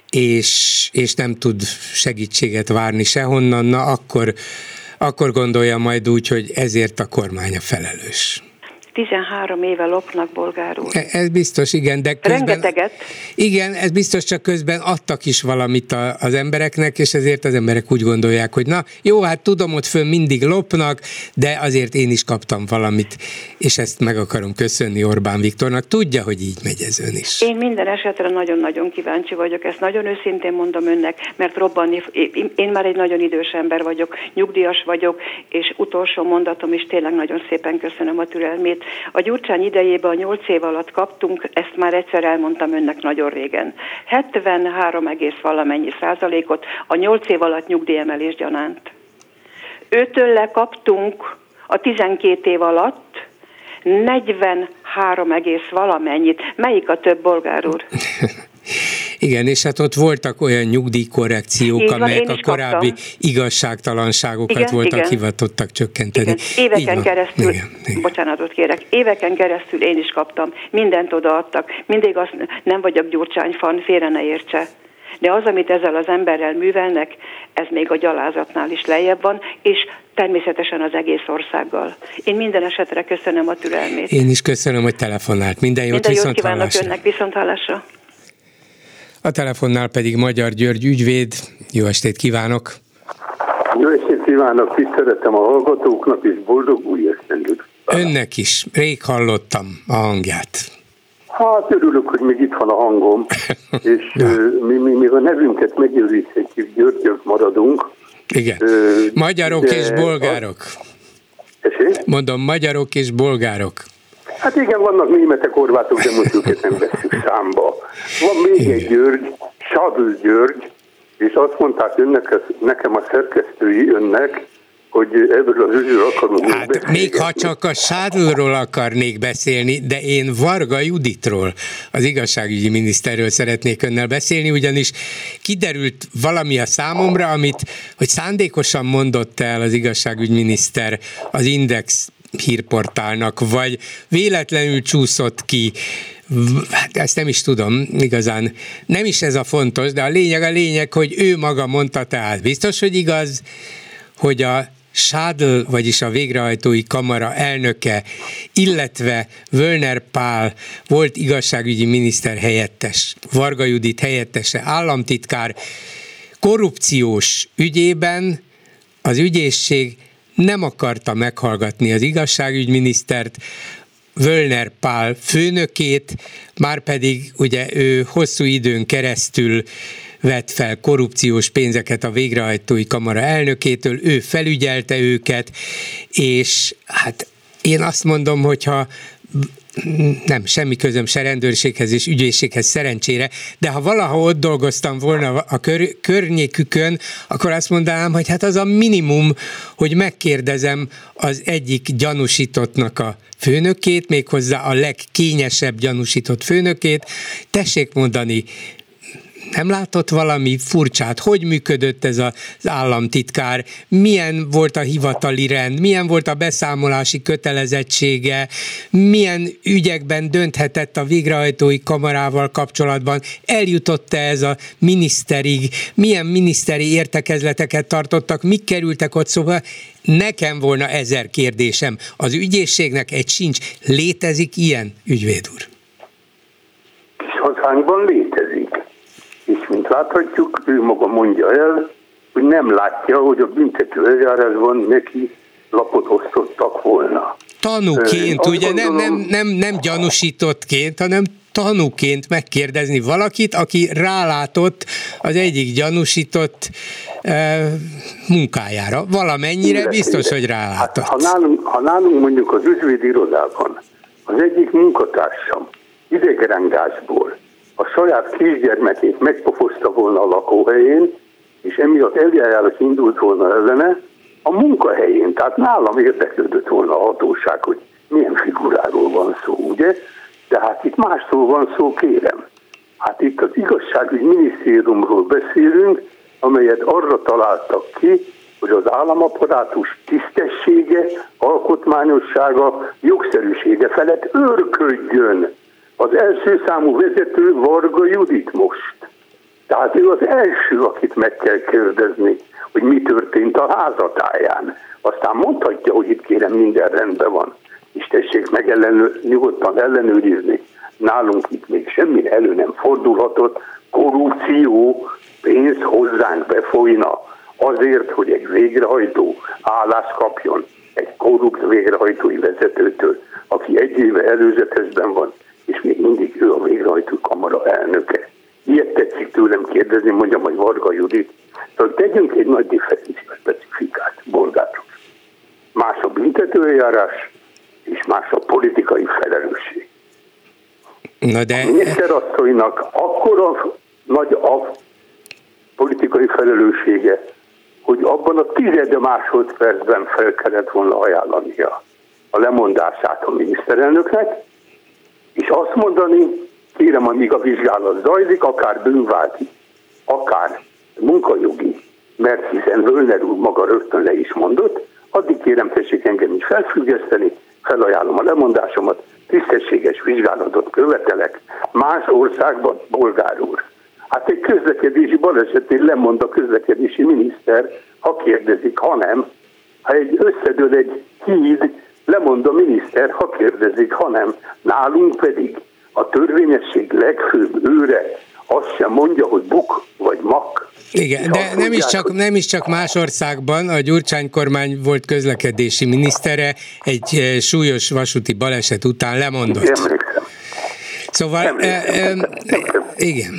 és, és nem tud segítséget várni sehonnan, na akkor, akkor gondolja majd úgy, hogy ezért a kormány a felelős. tizenhárom éve lopnak, Bolgár úr. Ez biztos, igen, de közben... Rengeteget. Igen, ez biztos, csak közben adtak is valamit a, az embereknek, és ezért az emberek úgy gondolják, hogy na, jó, hát tudom, ott fönn mindig lopnak, de azért én is kaptam valamit, és ezt meg akarom köszönni Orbán Viktornak. Tudja, hogy így megy ez ön is. Én minden esetre nagyon-nagyon kíváncsi vagyok, ezt nagyon őszintén mondom önnek, mert robbanni, én már egy nagyon idős ember vagyok, nyugdíjas vagyok, és utolsó mondatom is, tényleg nagyon szépen köszönöm a türelmét. A Gyurcsány idejében a nyolc év alatt kaptunk, ezt már egyszer elmondtam önnek nagyon régen, hetvenhárom egész valamennyi százalékot a nyolc év alatt nyugdíjemelés gyanánt. Őtől lekaptunk a tizenkét év alatt negyvenhárom egész valamennyit. Melyik a több, Bolgár úr? Igen, és hát ott voltak olyan nyugdíjkorrekciók, van, amelyek a korábbi kaptam. igazságtalanságokat igen, voltak igen. hivatottak csökkenteni. Igen. Éveken keresztül, igen, igen. bocsánatot kérek, éveken keresztül én is kaptam, mindent odaadtak, mindig azt nem vagyok Gyurcsány-fan, félre ne értse. De az, amit ezzel az emberrel művelnek, ez még a gyalázatnál is lejjebb van, és természetesen az egész országgal. Én minden esetre köszönöm a türelmét. Én is köszönöm, hogy telefonált. Minden jót, minden viszont jót kívánok hallásra. önnek, viszont hallásra. A telefonnál pedig Magyar György ügyvéd. Jó estét kívánok! Jó estét kívánok, tiszteletem a hallgatóknak, és boldog új esztendőt! Önnek is. Rég hallottam a hangját. Hát örülök, hogy még itt van a hangom, és mi, mi még a nevünket megőrizhetjük, Györgyök maradunk. Igen. Ö, magyarok és bolgárok. Tessék? Mondom, magyarok és bolgárok. Hát igen, vannak németek, horvátok, de most őket nem vesszük számba. Van még egy György, Sadl György, és azt mondták önnek, nekem a szerkesztői önnek, hogy ebből az ügyről akarunk hát, beszélni. Még ha csak a Sadlról akarnék beszélni, de én Varga Juditról, az igazságügyi miniszterről szeretnék önnel beszélni, ugyanis kiderült valami a számomra, amit, hogy szándékosan mondott el az igazságügyminiszter az Index hírportálnak, vagy véletlenül csúszott ki, hát ezt nem is tudom, igazán nem is ez a fontos, de a lényeg a lényeg, hogy ő maga mondta, tehát biztos, hogy igaz, hogy a Sadl, vagyis a végrehajtói kamara elnöke, illetve Völner Pál volt igazságügyi miniszter helyettes, Varga Judit helyettese, államtitkár korrupciós ügyében az ügyészség nem akarta meghallgatni az igazságügyminisztert, Völner Pál főnökét, márpedig ugye ő hosszú időn keresztül vett fel korrupciós pénzeket a végrehajtói kamara elnökétől, ő felügyelte őket, és hát én azt mondom, hogyha nem, semmi közöm se rendőrséghez és ügyészséghez szerencsére, de ha valaha ott dolgoztam volna a kör, környékükön, akkor azt mondanám, hogy hát az a minimum, hogy megkérdezem az egyik gyanúsítottnak a főnökét, méghozzá a legkényesebb gyanúsított főnökét, tessék mondani, Nem látott valami furcsát? Hogy működött ez az államtitkár? Milyen volt a hivatali rend? Milyen volt a beszámolási kötelezettsége? Milyen ügyekben dönthetett a végrehajtói kamarával kapcsolatban? Eljutott-e ez a miniszterig? Milyen miniszteri értekezleteket tartottak? Mik kerültek ott szóval? Nekem volna ezer kérdésem. Az ügyészségnek egy sincs. Létezik ilyen, ügyvéd úr? Kis hazánkban létezik. És mint láthatjuk, ő maga mondja el, hogy nem látja, hogy a büntető eljárásban neki lapot osztottak volna. Tanúként, ugye gondolom, nem, nem, nem, nem gyanúsítottként, hanem tanúként megkérdezni valakit, aki rálátott az egyik gyanúsított e, munkájára. Valamennyire illetve, biztos, hogy rálátott. Hát, ha, nálunk, ha nálunk mondjuk az ügyvédi irodában az egyik munkatársam idegrendásból a saját kisgyermekét megpofozta volna a lakóhelyén, és emiatt eljárás indult volna ellene, a munkahelyén, tehát nálam érdeklődött volna a hatóság, hogy milyen figuráról van szó, ugye? De hát itt másról van szó, kérem. Hát itt az igazságügyi minisztériumról beszélünk, amelyet arra találtak ki, hogy az államapparátus tisztessége, alkotmányossága, jogszerűsége felett őrködjön. Az első számú vezető Varga Judit most. Tehát ő az első, akit meg kell kérdezni, hogy mi történt a házatáján. Aztán mondhatja, hogy itt kérem minden rendben van, és tessék meg ellenő, nyugodtan ellenőrizni. Nálunk itt még semmi elő nem fordulhatott, korrupció, pénz hozzánk befolyna azért, hogy egy végrehajtó állást kapjon egy korrupt végrehajtói vezetőtől, aki egy éve előzetesben van, és még mindig ő a végrehajtó kamara elnöke. Ilyet tetszik tőlem kérdezni, mondja majd Varga Judit. Tehát tegyünk egy nagy differencia specifikát, bolgárok. Más a büntetőeljárás, és más a politikai felelősség. Na de... A miniszterasszonynak akkora nagy a politikai felelőssége, hogy abban a tized másodpercben fel kellett volna ajánlania a lemondását a miniszterelnöknek, és azt mondani, kérem, amíg a vizsgálat zajlik, akár bűnvádi, akár munkajogi, mert hiszen Völner úr maga rögtön le is mondott, addig kérem, tessék engem is felfüggeszteni, felajánlom a lemondásomat, tisztességes vizsgálatot követelek. Más országban, bolgár úr, hát egy közlekedési balesetén lemond a közlekedési miniszter, ha kérdezik, ha nem, ha egy összedől egy híd, lemond a miniszter, ha kérdezik, ha nem. Nálunk pedig a törvényesség legfőbb őre azt sem mondja, hogy buk vagy mak. Igen, de nem is, csak, nem is csak más országban, a Gyurcsány kormány volt közlekedési minisztere, egy súlyos vasúti baleset után lemondott. Emlékszem. Szóval, Emlékszem. E, e, igen.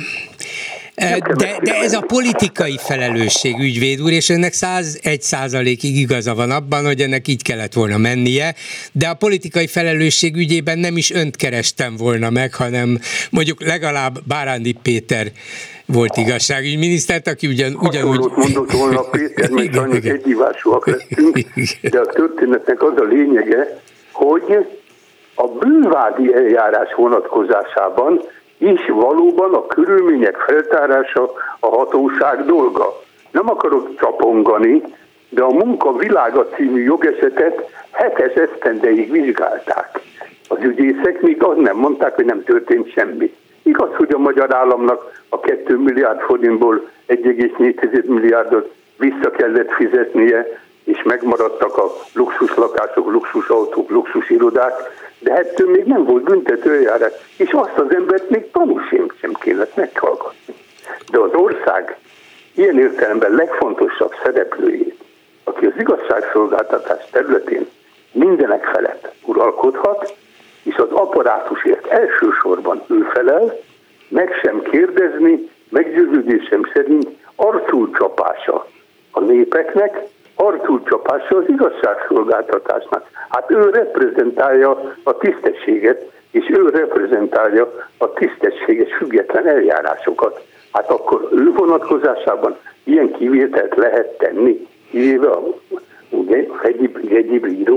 De, de ez a politikai felelősség, ügyvéd úr, és ennek százegy százalékig igaza van abban, hogy ennek így kellett volna mennie, de a politikai felelősség ügyében nem is önt kerestem volna meg, hanem mondjuk legalább Bárándi Péter volt igazságügyminisztert, aki ugyan, ugyanúgy... Hasonlót mondott volna Péter, mert annyit egyivásúak lettünk, de a történetnek az a lényege, hogy a bűnvádi eljárás vonatkozásában és valóban a körülmények feltárása a hatóság dolga. Nem akarok csapongani, de a Munka világa című jogesetet hetes esztendeig vizsgálták. Az ügyészek még azt nem mondták, hogy nem történt semmi. Igaz, hogy a magyar államnak a két milliárd forintból egy egész négy milliárdot vissza kellett fizetnie, és megmaradtak a luxus lakások, luxus autók, luxus irodák, de ettől még nem volt büntetőeljárás, és azt az embert még tanúsém sem kellett meghallgatni. De az ország ilyen értelemben legfontosabb szereplőjét, aki az igazságszolgáltatás területén mindenek felett uralkodhat, és az apparátusért elsősorban ő felel, meg sem kérdezni, meggyőződésem szerint arculcsapása a népeknek, arculcsapása az igazságszolgáltatásnak. Hát ő reprezentálja a tisztességet, és ő reprezentálja a tisztességes független eljárásokat. Hát akkor ő vonatkozásában ilyen kivételt lehet tenni, kivéve a hegyi bíró.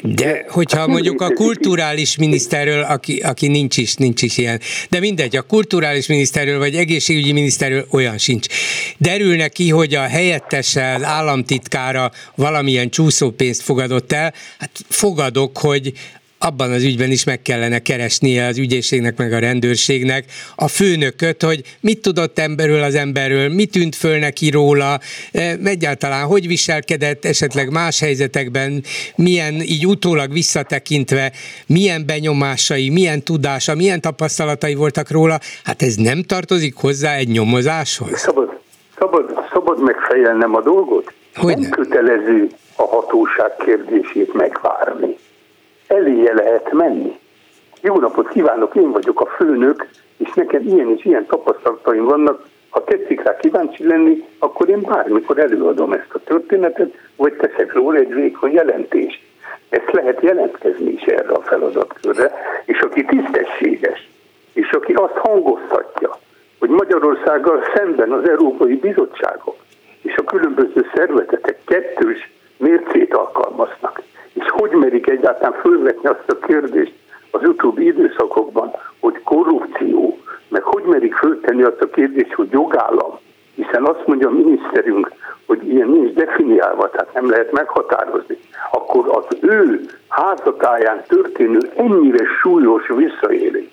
De hogyha mondjuk a kulturális miniszterről, aki, aki nincs is, nincs is ilyen, de mindegy, a kulturális miniszterről vagy egészségügyi miniszterről olyan sincs. Derül neki, hogy a helyettese, az államtitkára valamilyen csúszópénzt fogadott el, hát fogadok, hogy abban az ügyben is meg kellene keresnie az ügyészségnek meg a rendőrségnek a főnököt, hogy mit tudott emberről az emberről, mit tűnt föl neki róla, egyáltalán hogy viselkedett esetleg más helyzetekben, milyen így utólag visszatekintve, milyen benyomásai, milyen tudása, milyen tapasztalatai voltak róla, hát ez nem tartozik hozzá egy nyomozáshoz? Szabad, szabad, szabad megfejelnem a dolgot? Hogy nem kötelező a hatóság kérdését megvárni. Eléje lehet menni. Jó napot kívánok, én vagyok a főnök, és nekem ilyen és ilyen tapasztalataim vannak. Ha tetszik rá kíváncsi lenni, akkor én bármikor előadom ezt a történetet, vagy teszek róla egy vékony jelentést. Ezt lehet jelentkezni is erre a feladatkörre, és aki tisztességes, és aki azt hangoztatja, hogy Magyarországgal szemben az Európai Bizottságok és a különböző szervezetek kettős mércét alkalmaznak, és hogy merik egyáltalán fölvetni azt a kérdést az utóbbi időszakokban, hogy korrupció, meg hogy merik föltenni azt a kérdést, hogy jogállam, hiszen azt mondja a miniszterünk, hogy ilyen nincs definiálva, tehát nem lehet meghatározni, akkor az ő házatáján történő ennyire súlyos visszaélés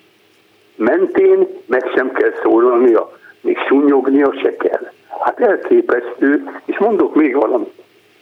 mentén meg sem kell szólalnia, még sunyognia se kell. Hát elképesztő, és mondok még valamit.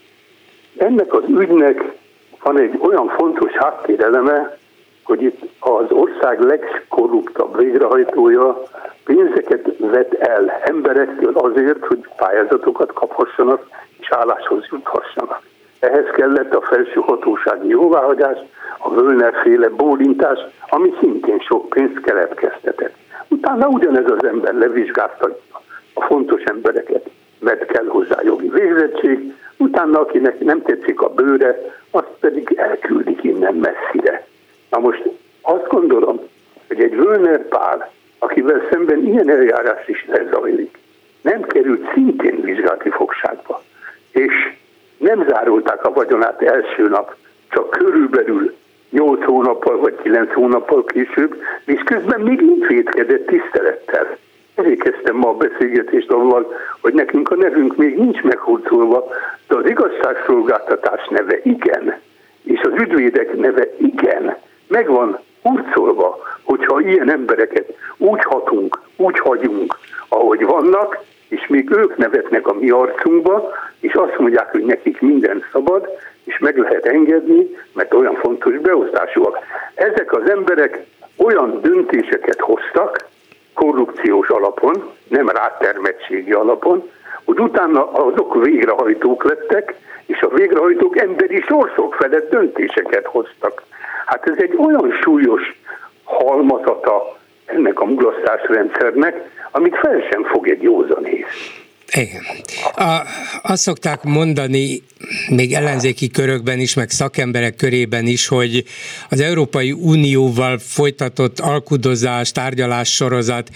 Ennek az ügynek van egy olyan fontos háttéreleme, hogy itt az ország legkorruptabb végrehajtója pénzeket vett el emberektől azért, hogy pályázatokat kaphassanak és álláshoz juthassanak. Ehhez kellett a felső hatósági jóváhagyás, a Völner-féle bólintás, ami szintén sok pénzt keletkeztetett. Utána ugyanez az ember levizsgáztatja a fontos embereket, mert kell hozzá jogi végzettség, utána akinek nem tetszik a bőre, azt pedig elküldik innen messzire. Na most azt gondolom, hogy egy Völner Pál, akivel szemben ilyen eljárás is lezajlik, nem került szintén vizsgálati fogságba, és nem zárulták a vagyonát első nap, csak körülbelül nyolc hónappal vagy kilenc hónappal később, és közben még így vétkedett tisztelettel. Ezért kezdtem ma a beszélgetést avval, hogy nekünk a nevünk még nincs meghurcolva, de az igazságszolgáltatás neve igen, és az ügyvédek neve igen, meg van hurcolva, hogyha ilyen embereket úgy hatunk, úgy hagyunk, ahogy vannak, és még ők nevetnek a mi arcunkba, és azt mondják, hogy nekik minden szabad, és meg lehet engedni, mert olyan fontos beosztásúak. Ezek az emberek olyan döntéseket hoztak, korrupciós alapon, nem rátermettségi alapon, hogy utána azok végrehajtók lettek, és a végrehajtók emberi sorsok felett döntéseket hoztak. Hát ez egy olyan súlyos halmazata ennek a mulasztásrendszernek, amit fel sem fog egy józanész. Igen. A, azt szokták mondani, még ellenzéki körökben is, meg szakemberek körében is, hogy az Európai Unióval folytatott alkudozás, tárgyalás sorozat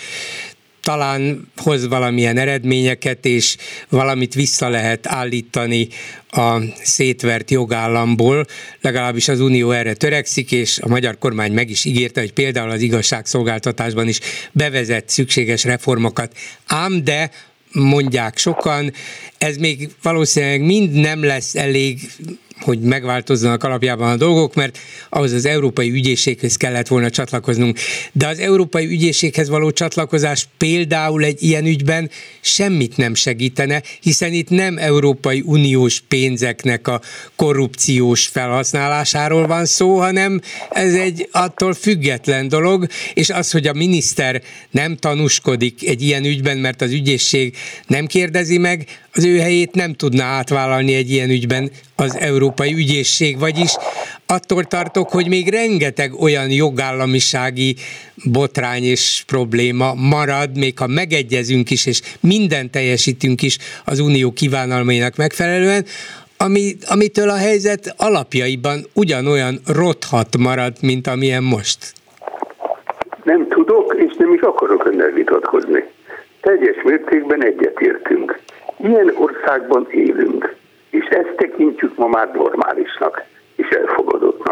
talán hoz valamilyen eredményeket, és valamit vissza lehet állítani a szétvert jogállamból, legalábbis az Unió erre törekszik, és a magyar kormány meg is ígérte, hogy például az igazságszolgáltatásban is bevezet szükséges reformokat. Ám de mondják sokan, ez még valószínűleg mind nem lesz elég, hogy megváltozzanak alapjában a dolgok, mert ahhoz az Európai Ügyészséghez kellett volna csatlakoznunk. De az Európai Ügyészséghez való csatlakozás például egy ilyen ügyben semmit nem segítene, hiszen itt nem Európai Uniós pénzeknek a korrupciós felhasználásáról van szó, hanem ez egy attól független dolog, és az, hogy a miniszter nem tanúskodik egy ilyen ügyben, mert az ügyészség nem kérdezi meg, az ő helyét nem tudná átvállalni egy ilyen ügyben az Európai Ügyészség, vagyis attól tartok, hogy még rengeteg olyan jogállamisági botrány és probléma marad, még ha megegyezünk is, és mindent teljesítünk is az Unió kívánalmainak megfelelően, ami, amitől a helyzet alapjaiban ugyanolyan rothat marad, mint amilyen most. Nem tudok, és nem is akarok önnel vitatkozni. Teljes mértékben egyetértünk. Ilyen országban élünk, és ezt tekintjük ma már normálisnak és elfogadottnak.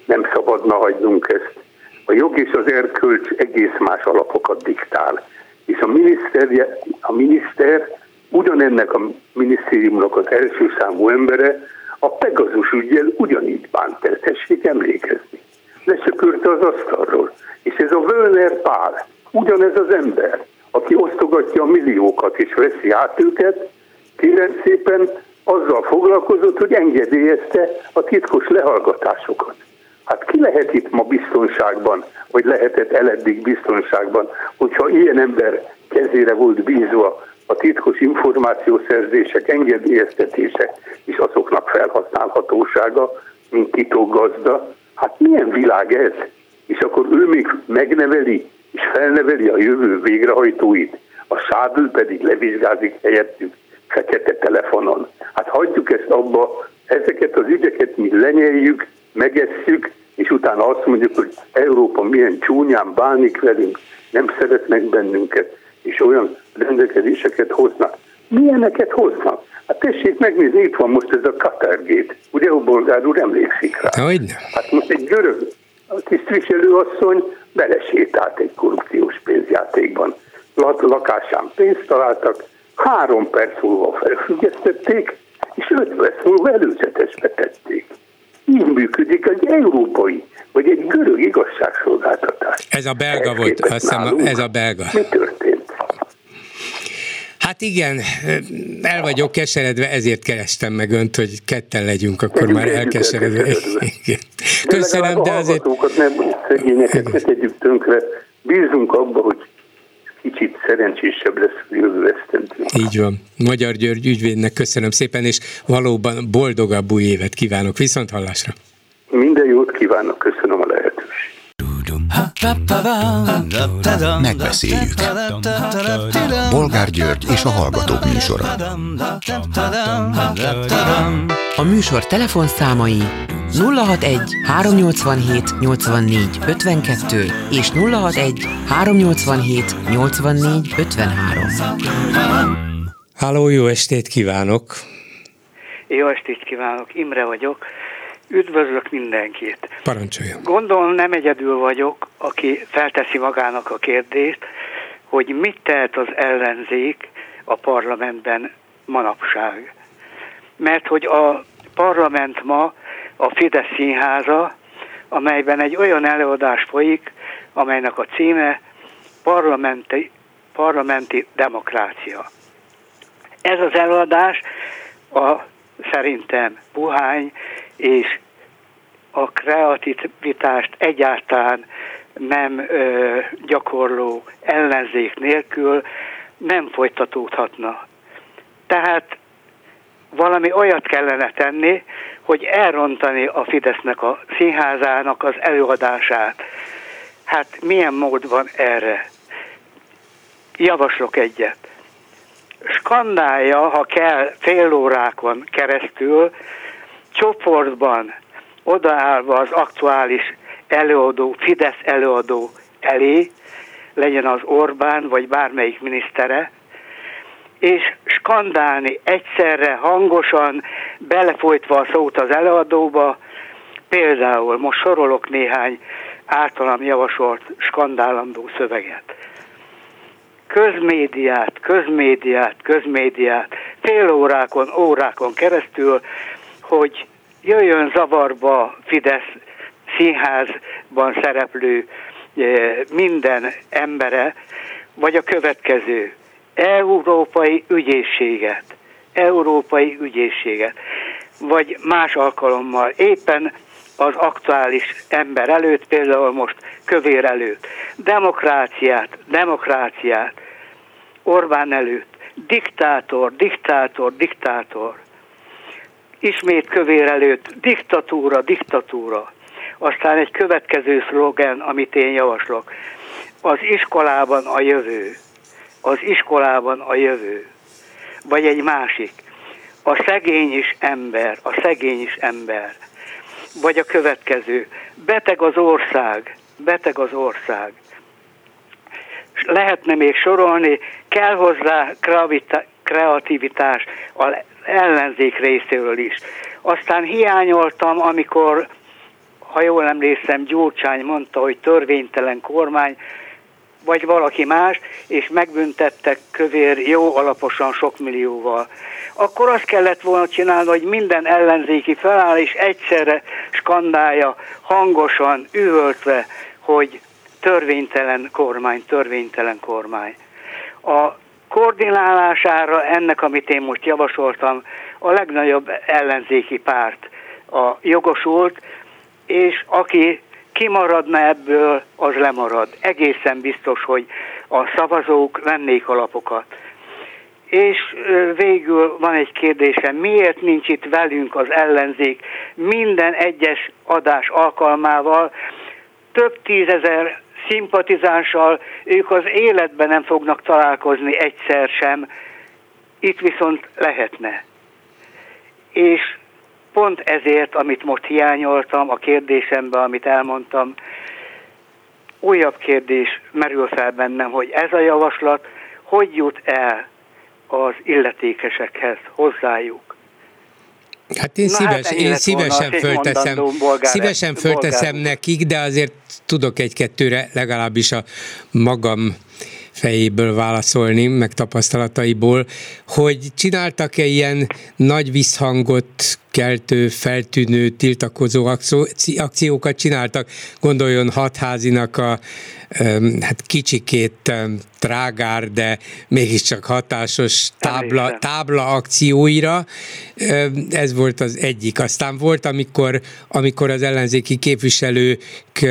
nem szabadna hagynunk ezt. A jog és az erkölcs egész más alapokat diktál. És a miniszter, a miniszter ugyanennek a minisztériumnak az első számú embere a Pegazus üggyel ugyanígy bánt el, tessék emlékezni. Lesöpörte az asztalról. És ez a Völner Pál, ugyanez az ember, aki osztogatja a milliókat és veszi át őket, kérem szépen azzal foglalkozott, hogy engedélyezte a titkos lehallgatásokat. Hát ki lehet itt ma biztonságban, vagy lehetett eleddig biztonságban, hogyha ilyen ember kezére volt bízva a titkos információszerzések engedélyeztetése és azoknak felhasználhatósága, mint titokgazda. Hát milyen világ ez? És akkor ő még megneveli és felneveli a jövő végrehajtóit, a Sádl pedig levizsgázik helyettük fekete telefonon. Hát hagyjuk ezt abba, ezeket az ügyeket mi lenyeljük, megesszük, és utána azt mondjuk, hogy Európa milyen csúnyán bánik velünk, nem szeretnek bennünket, és olyan rendelkezéseket hoznak. Milyeneket hoznak? Hát tessék megnézni, itt van most ez a Katergate. Ugye a bolgár úr emlékszik rá? Hogyne. Hát most egy görög tisztviselőasszony belesétált egy korrupciós pénzjátékban. Lakásán pénzt találtak, három perc múlva felfüggesztették, és öt perc múlva előzetesbe tették. Így működik egy európai, vagy egy görög igazságszolgáltatás. Ez a belga volt, azt hiszem, ez a belga. Mi történt? Hát igen, el vagyok keseredve, ezért kerestem meg önt, hogy ketten legyünk, akkor már elkeseredve. Köszönöm, de azért... nem szegényeket ne tegyük tönkre, bízunk abba, hogy kicsit szerencsésebb lesz a jövő esztendő. Így van. Magyar György ügyvédnek köszönöm szépen, és valóban boldogabb új évet kívánok. Viszont hallásra. Minden jót kívánok, köszönöm a lehetőséget. Megbeszéljük. Bolgár György és a Hallgatók műsora. A műsor telefonszámai nulla hatvanegy háromnyolcvanhét nyolcvannégy ötvenkettő és nulla hatvanegy háromnyolcvanhét nyolcvannégy ötvenhárom. Halló, jó estét kívánok! Jó estét kívánok, Imre vagyok. Üdvözlök mindenkit. Parancsoljon. Gondolom nem egyedül vagyok, aki felteszi magának a kérdést, hogy mit tehet az ellenzék a parlamentben manapság. Mert hogy a parlament ma a Fidesz színháza, amelyben egy olyan előadás folyik, amelynek a címe parlamenti, parlamenti demokrácia. Ez az előadás a szerintem puhány és a kreativitást egyáltalán nem ö, gyakorló ellenzék nélkül nem folytatódhatna. Tehát valami olyat kellene tenni, hogy elrontani a Fidesznek a színházának az előadását. Hát milyen mód van erre? Javaslok egyet. Skandálja, ha kell, fél órákon keresztül, csoportban odaállva az aktuális előadó, Fidesz előadó elé, legyen az Orbán, vagy bármelyik minisztere, és skandálni egyszerre, hangosan, belefolytva a szót az előadóba, például most sorolok néhány általam javasolt skandálandó szöveget. Közmédiát, közmédiát, közmédiát, fél órákon, órákon keresztül, hogy jöjjön zavarba Fidesz színházban szereplő minden embere, vagy a következő, európai ügyészséget, európai ügyészséget, vagy más alkalommal éppen az aktuális ember előtt, például most Kövér előtt, demokráciát, demokráciát, Orbán előtt, diktátor, diktátor, diktátor, ismét Kövér előtt, diktatúra, diktatúra. Aztán egy következő szlogen, amit én javaslok, az iskolában a jövő, az iskolában a jövő, vagy egy másik, a szegény is ember, a szegény is ember, vagy a következő, beteg az ország, beteg az ország. Lehetne még sorolni, kell hozzá kreativitás az ellenzék részéről is. Aztán hiányoltam, amikor ha jól emlékszem, Gyurcsány mondta, hogy törvénytelen kormány, vagy valaki más, és megbüntettek Kövér jó alaposan sok millióval. Akkor azt kellett volna csinálni, hogy minden ellenzéki feláll, és egyszerre skandálja, hangosan, üvöltve, hogy törvénytelen kormány, törvénytelen kormány. A koordinálására ennek, amit én most javasoltam, a legnagyobb ellenzéki párt a jogosult, és aki kimaradna ebből, az lemarad. Egészen biztos, hogy a szavazók vennék a lapokat. És végül van egy kérdésem, miért nincs itt velünk az ellenzék minden egyes adás alkalmával, több tízezer szimpatizánssal, ők az életben nem fognak találkozni egyszer sem, itt viszont lehetne. És pont ezért, amit most hiányoltam a kérdésemben, amit elmondtam, újabb kérdés merül fel bennem, hogy ez a javaslat hogy jut el az illetékesekhez, hozzájuk. Hát én, szíves, hát én szívesen fölteszem, szívesen fölteszem nekik, de azért tudok egy-kettőre legalábbis a magam fejéből válaszolni, meg tapasztalataiból, hogy csináltak-e ilyen nagy visszhangot keltő, feltűnő, tiltakozó akciókat csináltak. Gondoljon Hatházinak a hát kicsikét trágár, de mégiscsak hatásos tábla, tábla akcióira. Ez volt az egyik. Aztán volt, amikor, amikor az ellenzéki képviselők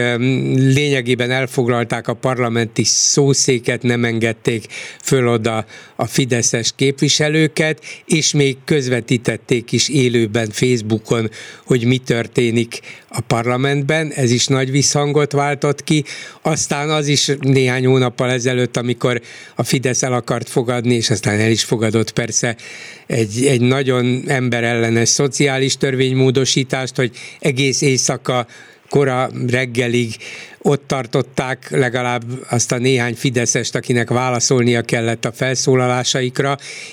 lényegében elfoglalták a parlamenti szószéket, nem engedték föl oda a fideszes képviselőket, és még közvetítették is élőben Facebookon, hogy mi történik a parlamentben. Ez is nagy visszhangot váltott ki. Aztán az is néhány hónappal ezelőtt, amikor a Fidesz el akart fogadni, és aztán el is fogadott persze egy, egy nagyon emberellenes szociális törvénymódosítást, hogy egész éjszaka kora reggelig ott tartották legalább azt a néhány fideszest, akinek válaszolnia kellett a felszólalásaikra,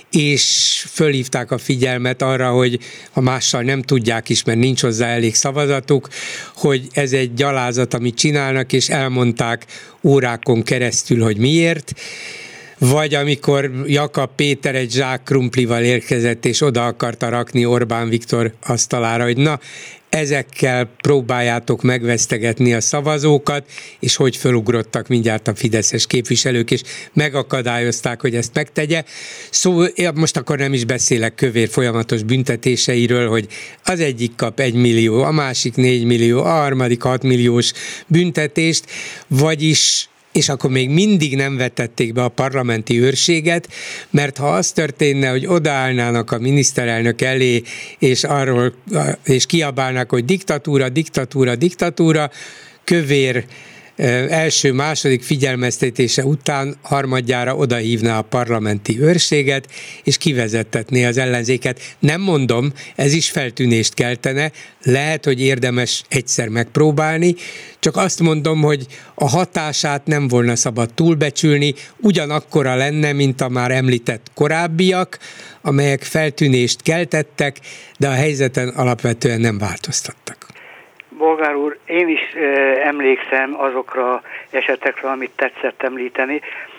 és fölhívták a figyelmet arra, hogy ha mással nem tudják is, mert nincs hozzá elég szavazatuk, hogy ez egy gyalázat, amit csinálnak, és elmondták órákon keresztül, hogy miért. Vagy amikor Jakab Péter egy zsák krumplival érkezett, és oda akarta rakni Orbán Viktor asztalára, hogy na, ezekkel próbáljátok megvesztegetni a szavazókat, és hogy fölugrottak mindjárt a fideszes képviselők, és megakadályozták, hogy ezt megtegye. Szóval most akkor nem is beszélek Kövér folyamatos büntetéseiről, hogy az egyik kap egy millió, a másik négy millió, a harmadik hat milliós büntetést, vagyis és akkor még mindig nem vetették be a parlamenti őrséget, mert ha az történne, hogy odaállnának a miniszterelnök elé, és arról, és kiabálnak, hogy diktatúra, diktatúra, diktatúra, Kövér első-második figyelmeztetése után harmadjára odahívná a parlamenti őrséget, és kivezettetné az ellenzéket. Nem mondom, ez is feltűnést keltene, lehet, hogy érdemes egyszer megpróbálni, csak azt mondom, hogy a hatását nem volna szabad túlbecsülni, ugyanakkora lenne, mint a már említett korábbiak, amelyek feltűnést keltettek, de a helyzeten alapvetően nem változtattak. Bolgár úr, én is e, emlékszem azokra esetekre, amit tetszett említeni,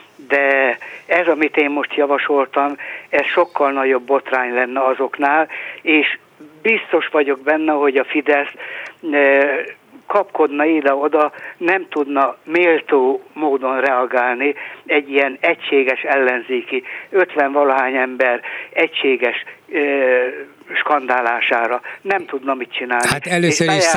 de ez, amit én most javasoltam, ez sokkal nagyobb botrány lenne azoknál, és biztos vagyok benne, hogy a Fidesz e, kapkodna ide-oda, nem tudna méltó módon reagálni egy ilyen egységes ellenzéki, ötven-valahány ember egységes e, skandálására. Nem tudna mit csinálni. Hát először is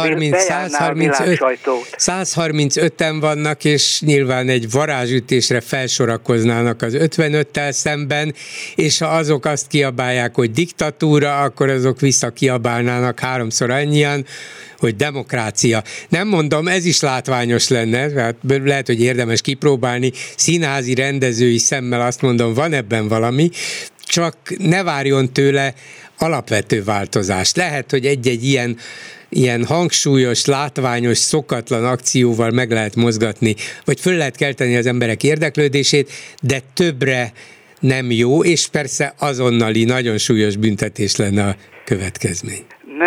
száz harmincöten vannak, és nyilván egy varázsütésre felsorakoznának az ötvenöttel szemben, és ha azok azt kiabálják, hogy diktatúra, akkor azok visszakiabálnának háromszor annyian, hogy demokrácia. Nem mondom, ez is látványos lenne, hát lehet, hogy érdemes kipróbálni, színházi rendezői szemmel azt mondom, van ebben valami, csak ne várjon tőle alapvető változást. Lehet, hogy egy-egy ilyen, ilyen hangsúlyos, látványos, szokatlan akcióval meg lehet mozgatni, vagy föl lehet kelteni az emberek érdeklődését, de többre nem jó, és persze azonnali, nagyon súlyos büntetés lenne a következmény. Nem fogok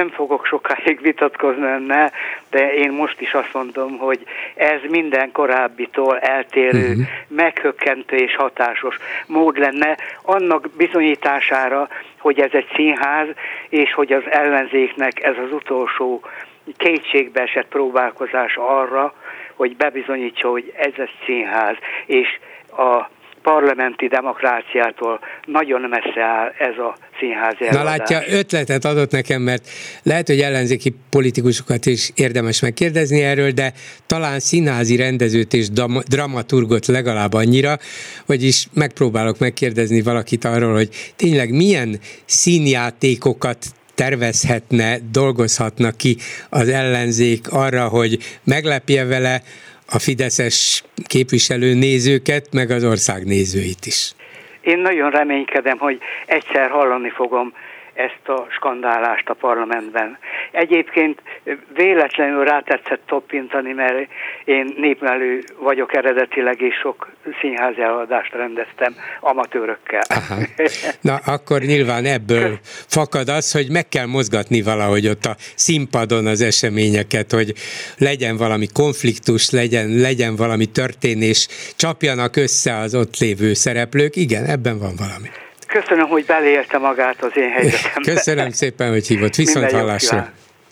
sokáig vitatkozni önnel, de én most is azt mondom, hogy ez minden korábbitól eltérő, uh-huh. meghökkentő és hatásos mód lenne annak bizonyítására, hogy ez egy színház, és hogy az ellenzéknek ez az utolsó kétségbeesett próbálkozás arra, hogy bebizonyítsa, hogy ez egy színház, és a parlamenti demokráciától nagyon messze áll ez a színházi előadás. Na látja, ötletet adott nekem, mert lehet, hogy ellenzéki politikusokat is érdemes megkérdezni erről, de talán színházi rendezőt és dramaturgot legalább annyira, vagyis megpróbálok megkérdezni valakit arról, hogy tényleg milyen színjátékokat tervezhetne, dolgozhatna ki az ellenzék arra, hogy meglepje vele a fideszes képviselő nézőket, meg az ország nézőit is. Én nagyon reménykedem, hogy egyszer hallani fogom ezt a skandálást a parlamentben. Egyébként véletlenül rátetszett toppintani, mert én népmelő vagyok eredetileg, és sok színházi előadást rendeztem amatőrökkel. Aha. Na, akkor nyilván ebből fakad az, hogy meg kell mozgatni valahogy ott a színpadon az eseményeket, hogy legyen valami konfliktus, legyen, legyen valami történés, csapjanak össze az ott lévő szereplők. Igen, ebben van valami. Köszönöm, hogy beleélte magát az én helyzetembe. Köszönöm szépen, hogy hívott. Viszont hallásra.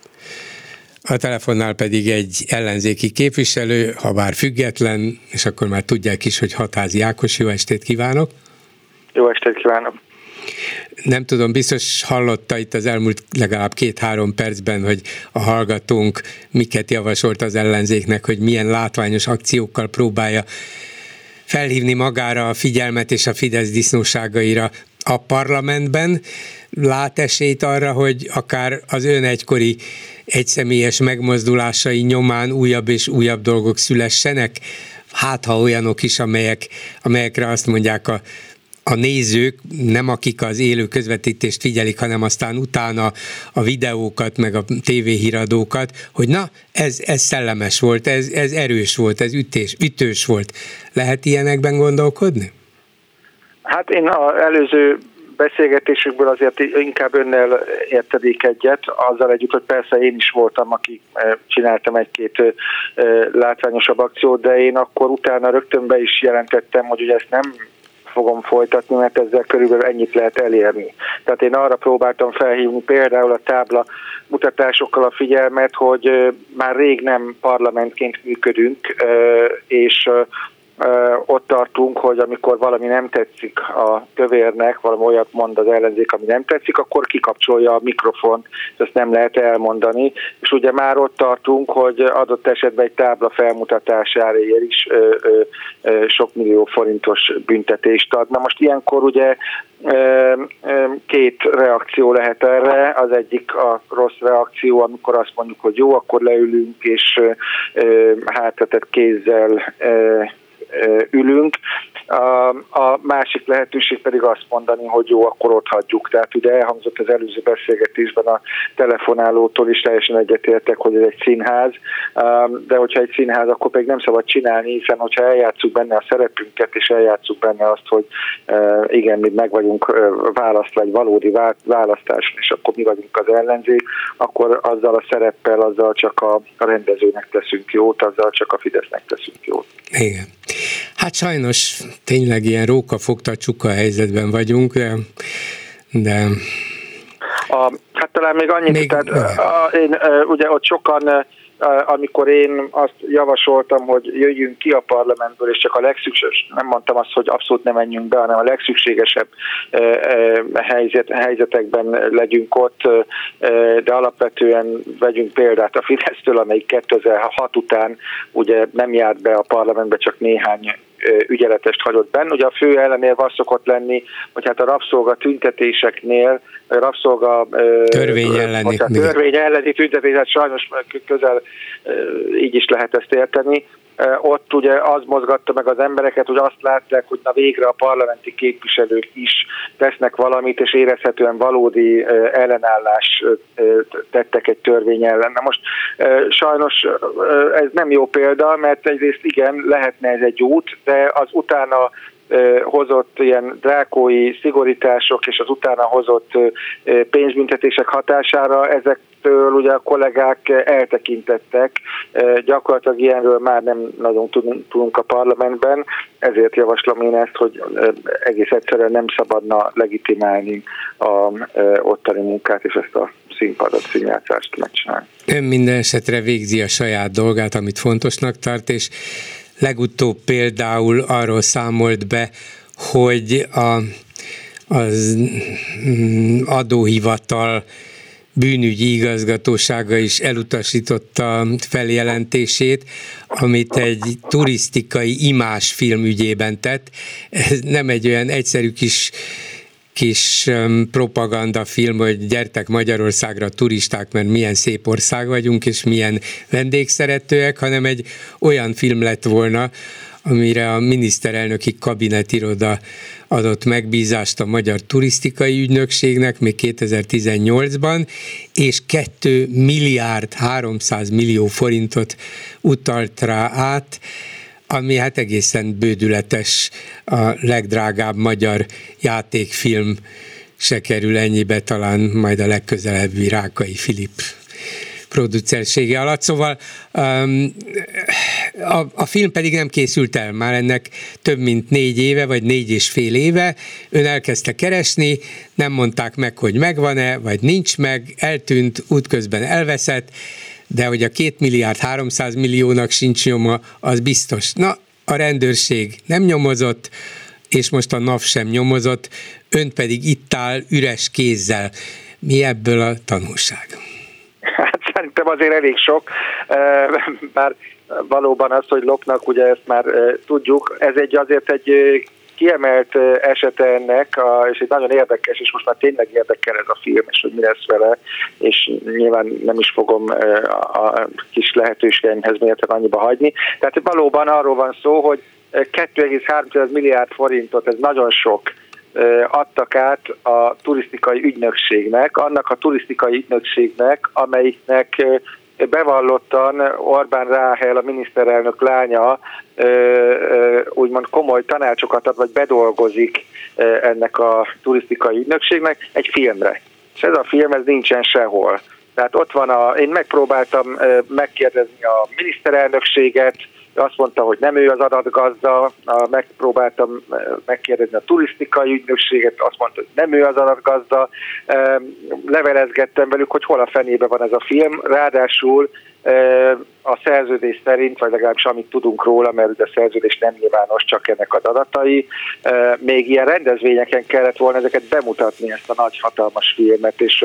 A telefonnál pedig egy ellenzéki képviselő, ha bár független, és akkor már tudják is, hogy Hatházi Ákos. Jó estét kívánok! Jó estét kívánok! Nem tudom, biztos hallotta itt az elmúlt legalább két-három percben, hogy a hallgatónk miket javasolt az ellenzéknek, hogy milyen látványos akciókkal próbálja felhívni magára a figyelmet és a Fidesz disznóságaira a parlamentben. Lát esélyt arra, hogy akár az ön egykori egyszemélyes megmozdulásai nyomán újabb és újabb dolgok szülessenek? Hát, ha olyanok is, amelyek, amelyekre azt mondják a, a nézők, nem akik az élő közvetítést figyelik, hanem aztán utána a videókat, meg a tévéhíradókat, hogy na, ez, ez szellemes volt, ez, ez erős volt, ez ütés, ütős volt. Lehet ilyenekben gondolkodni? Hát én az előző beszélgetésükből azért inkább önnel értedik egyet, azzal együtt, hogy persze én is voltam, aki csináltam egy-két látványosabb akciót, de én akkor utána rögtön be is jelentettem, hogy ugye ezt nem fogom folytatni, mert ezzel körülbelül ennyit lehet elérni. Tehát én arra próbáltam felhívni például a tábla mutatásokkal a figyelmet, hogy már rég nem parlamentként működünk, és ott tartunk, hogy amikor valami nem tetszik a kövérnek, valami olyat mond az ellenzék, ami nem tetszik, akkor kikapcsolja a mikrofont, és ezt nem lehet elmondani. És ugye már ott tartunk, hogy adott esetben egy tábla felmutatására ér is ö, ö, ö, sok millió forintos büntetést ad. Na most ilyenkor ugye ö, ö, két reakció lehet erre. Az egyik a rossz reakció, amikor azt mondjuk, hogy jó, akkor leülünk, és hátratett kézzel ö, ülünk. A másik lehetőség pedig azt mondani, hogy jó, akkor ott hagyjuk. Tehát ugye elhangzott az előző beszélgetésben a telefonálótól is, teljesen egyetértek, hogy ez egy színház, de hogyha egy színház, akkor pedig nem szabad csinálni, hiszen hogyha eljátszuk benne a szerepünket, és eljátszuk benne azt, hogy igen, mi meg vagyunk választva egy valódi választáson, és akkor mi vagyunk az ellenzék, akkor azzal a szereppel, azzal csak a rendezőnek teszünk jót, azzal csak a Fidesznek teszünk jót. Igen. Hát sajnos tényleg ilyen rókafogta csuka helyzetben vagyunk, de... de... A, hát talán még annyit, még, tehát a, én, ugye ott sokan, amikor én azt javasoltam, hogy jöjjünk ki a parlamentből, és csak a legszükséges, nem mondtam azt, hogy abszolút nem menjünk be, hanem a legszükségesebb helyzet, helyzetekben legyünk ott, de alapvetően vegyünk példát a Fidesztől, amelyik kétezer-hat után ugye nem járt be a parlamentbe, csak néhány ügyeletest hagyott benne. Ugye a fő ellenérv az szokott lenni, hogy hát a rabszolga tüntetéseknél, a rabszolga törvény elleni, törvény elleni tüntetések, sajnos közel így is lehet ezt érteni. Ott ugye az mozgatta meg az embereket, hogy azt látták, hogy na végre a parlamenti képviselők is tesznek valamit, és érezhetően valódi ellenállás tettek egy törvény ellen. Na most sajnos ez nem jó példa, mert egyrészt igen, lehetne ez egy út, de az utána hozott ilyen drákói szigorítások és az utána hozott pénzbüntetések hatására ezektől ugye a kollégák eltekintettek. Gyakorlatilag ilyenről már nem nagyon tudunk a parlamentben, ezért javaslom én ezt, hogy egész egyszerűen nem szabadna legitimálni a ottani munkát és ezt a színpadot, színjátszást megcsinálni. Ön minden esetre végzi a saját dolgát, amit fontosnak tart, és legutóbb például arról számolt be, hogy a, az adóhivatal bűnügyi igazgatósága is elutasította feljelentését, amit egy turisztikai imázsfilm ügyében tett. Ez nem egy olyan egyszerű kis kis propagandafilm, hogy gyertek Magyarországra turisták, mert milyen szép ország vagyunk, és milyen vendégszeretőek, hanem egy olyan film lett volna, amire a miniszterelnöki kabinetiroda adott megbízást a Magyar Turisztikai Ügynökségnek még kétezer-tizennyolcban, és két milliárd háromszáz millió forintot utalt rá át, ami hát egészen bődületes, a legdrágább magyar játékfilm se kerül ennyibe, talán majd a legközelebbi Rákai Filip producersége alatt. Szóval um, a, a film pedig nem készült el, már ennek több mint négy éve, vagy négy és fél éve. Ön elkezdte keresni, nem mondták meg, hogy megvan-e, vagy nincs meg, eltűnt, útközben elveszett, de hogy a két milliárd háromszáz milliónak sincs nyoma, az biztos. Na, a rendőrség nem nyomozott, és most a NAV sem nyomozott, ön pedig itt áll üres kézzel. Mi ebből a tanulság? Hát szerintem azért elég sok, bár valóban az, hogy lopnak, ugye ezt már tudjuk, ez egy azért egy kiemelt esete ennek, és egy nagyon érdekes, és most már tényleg érdekel ez a film, és hogy mi lesz vele, és nyilván nem is fogom a kis lehetőségeimhez mérten annyiba hagyni. Tehát valóban arról van szó, hogy két egész három milliárd forintot, ez nagyon sok, adtak át a turisztikai ügynökségnek, annak a turisztikai ügynökségnek, amelyiknek bevallottan Orbán Ráhel, a miniszterelnök lánya úgymond komoly tanácsokat ad, vagy bedolgozik ennek a turisztikai ügynökségnek egy filmre. És ez a film, ez nincsen sehol. Tehát ott van a, én megpróbáltam megkérdezni a miniszterelnökséget, azt mondta, hogy nem ő az adatgazda, megpróbáltam megkérdezni a turisztikai ügynökséget, azt mondta, hogy nem ő az adatgazda, levelezgettem velük, hogy hol a fenébe van ez a film, ráadásul a szerződés szerint, vagy legalábbis amit tudunk róla, mert a szerződés nem nyilvános, csak ennek az adatai, még ilyen rendezvényeken kellett volna ezeket bemutatni, ezt a nagy hatalmas filmet, és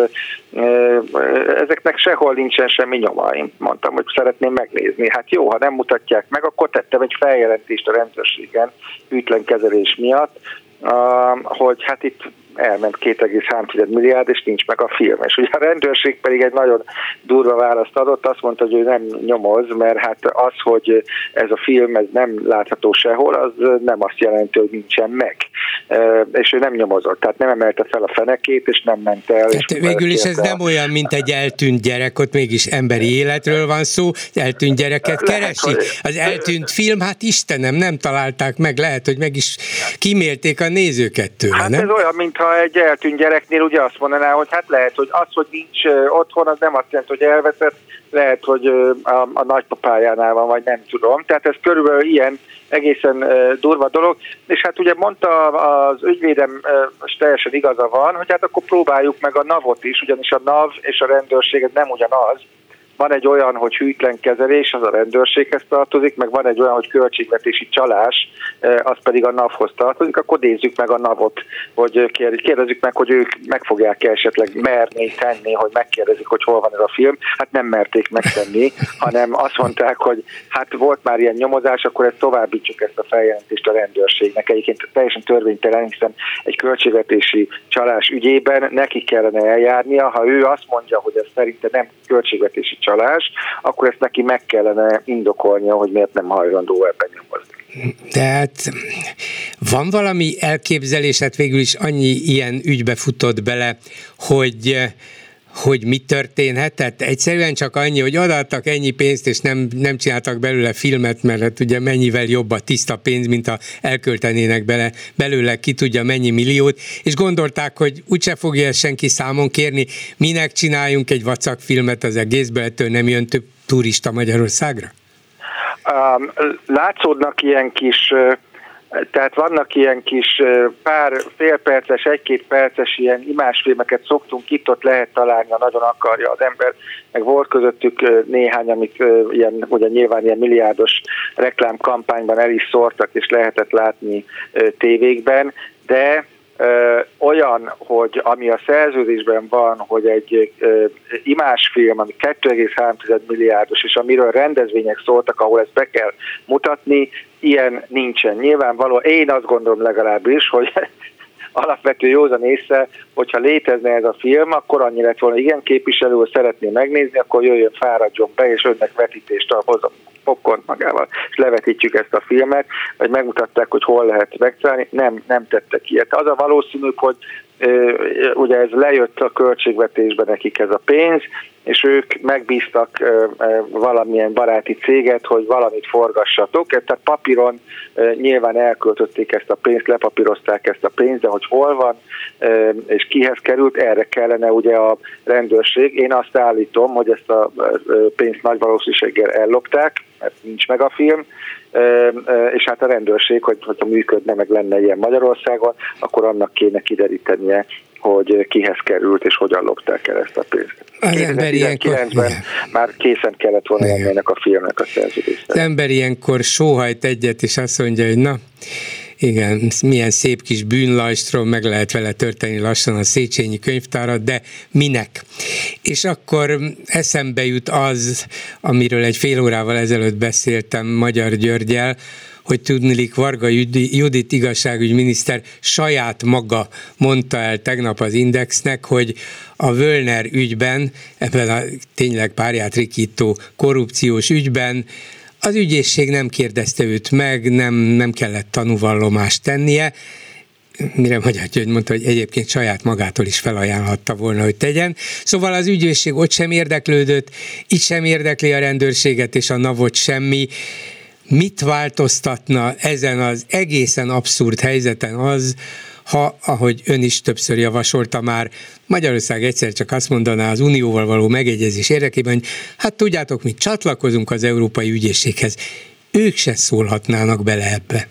ezeknek sehol nincsen semmi nyoma. Én mondtam, hogy szeretném megnézni. Hát jó, ha nem mutatják meg, akkor tettem egy feljelentést a rendőrségen hűtlen kezelés miatt, hogy hát itt elment két egész három milliárd, és nincs meg a film. És ugye a rendőrség pedig egy nagyon durva választ adott, azt mondta, hogy ő nem nyomoz, mert hát az, hogy ez a film ez nem látható sehol, az nem azt jelenti, hogy nincsen meg. És ő nem nyomozott, tehát nem emelte fel a fenekét, és nem ment el. Hát végül is ez nem olyan, mint egy eltűnt gyerek, ott mégis emberi életről van szó, eltűnt gyereket keresi. Az eltűnt film, hát Istenem, nem találták meg, lehet, hogy meg is kimélték a nézőket tőle, hát nem? Ez olyan, mintha egy eltűnt gyereknél ugye azt mondaná, hogy hát lehet, hogy az, hogy nincs otthon, az nem azt jelenti, hogy elveszett, lehet, hogy a, a nagypapájánál van, vagy nem tudom. Tehát ez körülbelül ilyen egészen durva dolog. És hát ugye mondta az ügyvédem, és teljesen igaza van, hogy hát akkor próbáljuk meg a NAV-ot is, ugyanis a NAV és a rendőrség ez nem ugyanaz. Van egy olyan, hogy hűtlen kezelés, az a rendőrséghez tartozik, meg van egy olyan, hogy költségvetési csalás, az pedig a NAV-hoz tartozik, akkor nézzük meg a NAV-ot, hogy kérdezzük meg, hogy ők meg fogják esetleg merni tenni, hogy megkérdezik, hogy hol van ez a film. Hát nem merték megtenni, hanem azt mondták, hogy hát volt már ilyen nyomozás, akkor ezt továbbítsuk ezt a feljelentést a rendőrségnek. Egyébként teljesen törvénytelen, hiszen egy költségvetési csalás ügyében neki kellene eljárnia, ha ő azt mondja, hogy ez szerinte nem költségvetési csalás, akkor ezt neki meg kellene indokolnia, hogy miért nem hajlandó ebben nyomozni. Tehát van valami elképzelés, hát végül is annyi ilyen ügybe futott bele, hogy, hogy mi történhet, tehát egyszerűen csak annyi, hogy odaadtak ennyi pénzt, és nem, nem csináltak belőle filmet, mert hát ugye mennyivel jobb a tiszta pénz, mint ha elköltenének bele, belőle ki tudja mennyi milliót, és gondolták, hogy úgyse fogja ezt senki számon kérni, minek csináljunk egy vacak filmet az egészből, ettől nem jön több turista Magyarországra? Um, látszódnak ilyen kis... Tehát vannak ilyen kis pár félperces, egy-két perces ilyen imásfilmeket szoktunk, itt ott lehet találni, ha nagyon akarja az ember, meg volt közöttük néhány, amit ilyen, ugye nyilván ilyen milliárdos reklámkampányban el is szórtak, és lehetett látni tévékben, de Ö, olyan, hogy ami a szerződésben van, hogy egy ö, imásfilm, ami két egész három milliárdos, és amiről rendezvények szóltak, ahol ezt be kell mutatni, ilyen nincsen. Nyilvánvaló, én azt gondolom legalábbis, hogy alapvető józan észre, hogyha létezne ez a film, akkor annyi lett volna, igen, képviselő úr szeretné megnézni, akkor jöjjön, fáradjon be, és önnek vetítést hozom popcornt magával, és levetítjük ezt a filmet, vagy megmutatták, hogy hol lehet megtalálni, nem, nem tettek ilyet. Az a valószínű, hogy ö, ugye ez lejött a költségvetésbe nekik ez a pénz, és ők megbíztak ö, ö, valamilyen baráti céget, hogy valamit forgassatok, tehát papíron ö, nyilván elköltötték ezt a pénzt, lepapírozták ezt a pénzt, de hogy hol van, ö, és kihez került, erre kellene ugye a rendőrség. Én azt állítom, hogy ezt a ö, pénzt nagy valószínűséggel ellopták, mert nincs meg a film, és hát a rendőrség, hogy, hogyha működne, meg lenne ilyen Magyarországon, akkor annak kéne kiderítenie, hogy kihez került, és hogyan lopták el ezt a pénzt. kétezer-tizenkilencben már készen kellett volna lenni ennek a filmnek a szerződésre. Az ember ilyenkor sóhajt egyet, és azt mondja, hogy na, igen, milyen szép kis bűnlajstrom, meg lehet vele történni lassan a Széchenyi könyvtárat, de minek? És akkor eszembe jut az, amiről egy fél órával ezelőtt beszéltem Magyar Györggyel, hogy tudniillik Varga Judit igazságügyminiszter saját maga mondta el tegnap az Indexnek, hogy a Völner ügyben, ebben a tényleg párját rikító korrupciós ügyben az ügyészség nem kérdezte őt meg, nem, nem kellett tanúvallomást tennie, mire Magyar György mondta, hogy egyébként saját magától is felajánlhatta volna, hogy tegyen. Szóval az ügyészség ott sem érdeklődött, itt sem érdekli a rendőrséget és a navot semmi. Mit változtatna ezen az egészen abszurd helyzeten az, ha, ahogy ön is többször javasolta már, Magyarország egyszer csak azt mondaná az Unióval való megegyezés érdekében, hogy hát tudjátok, mi csatlakozunk az Európai Ügyészséghez. Ők se szólhatnának bele ebbe.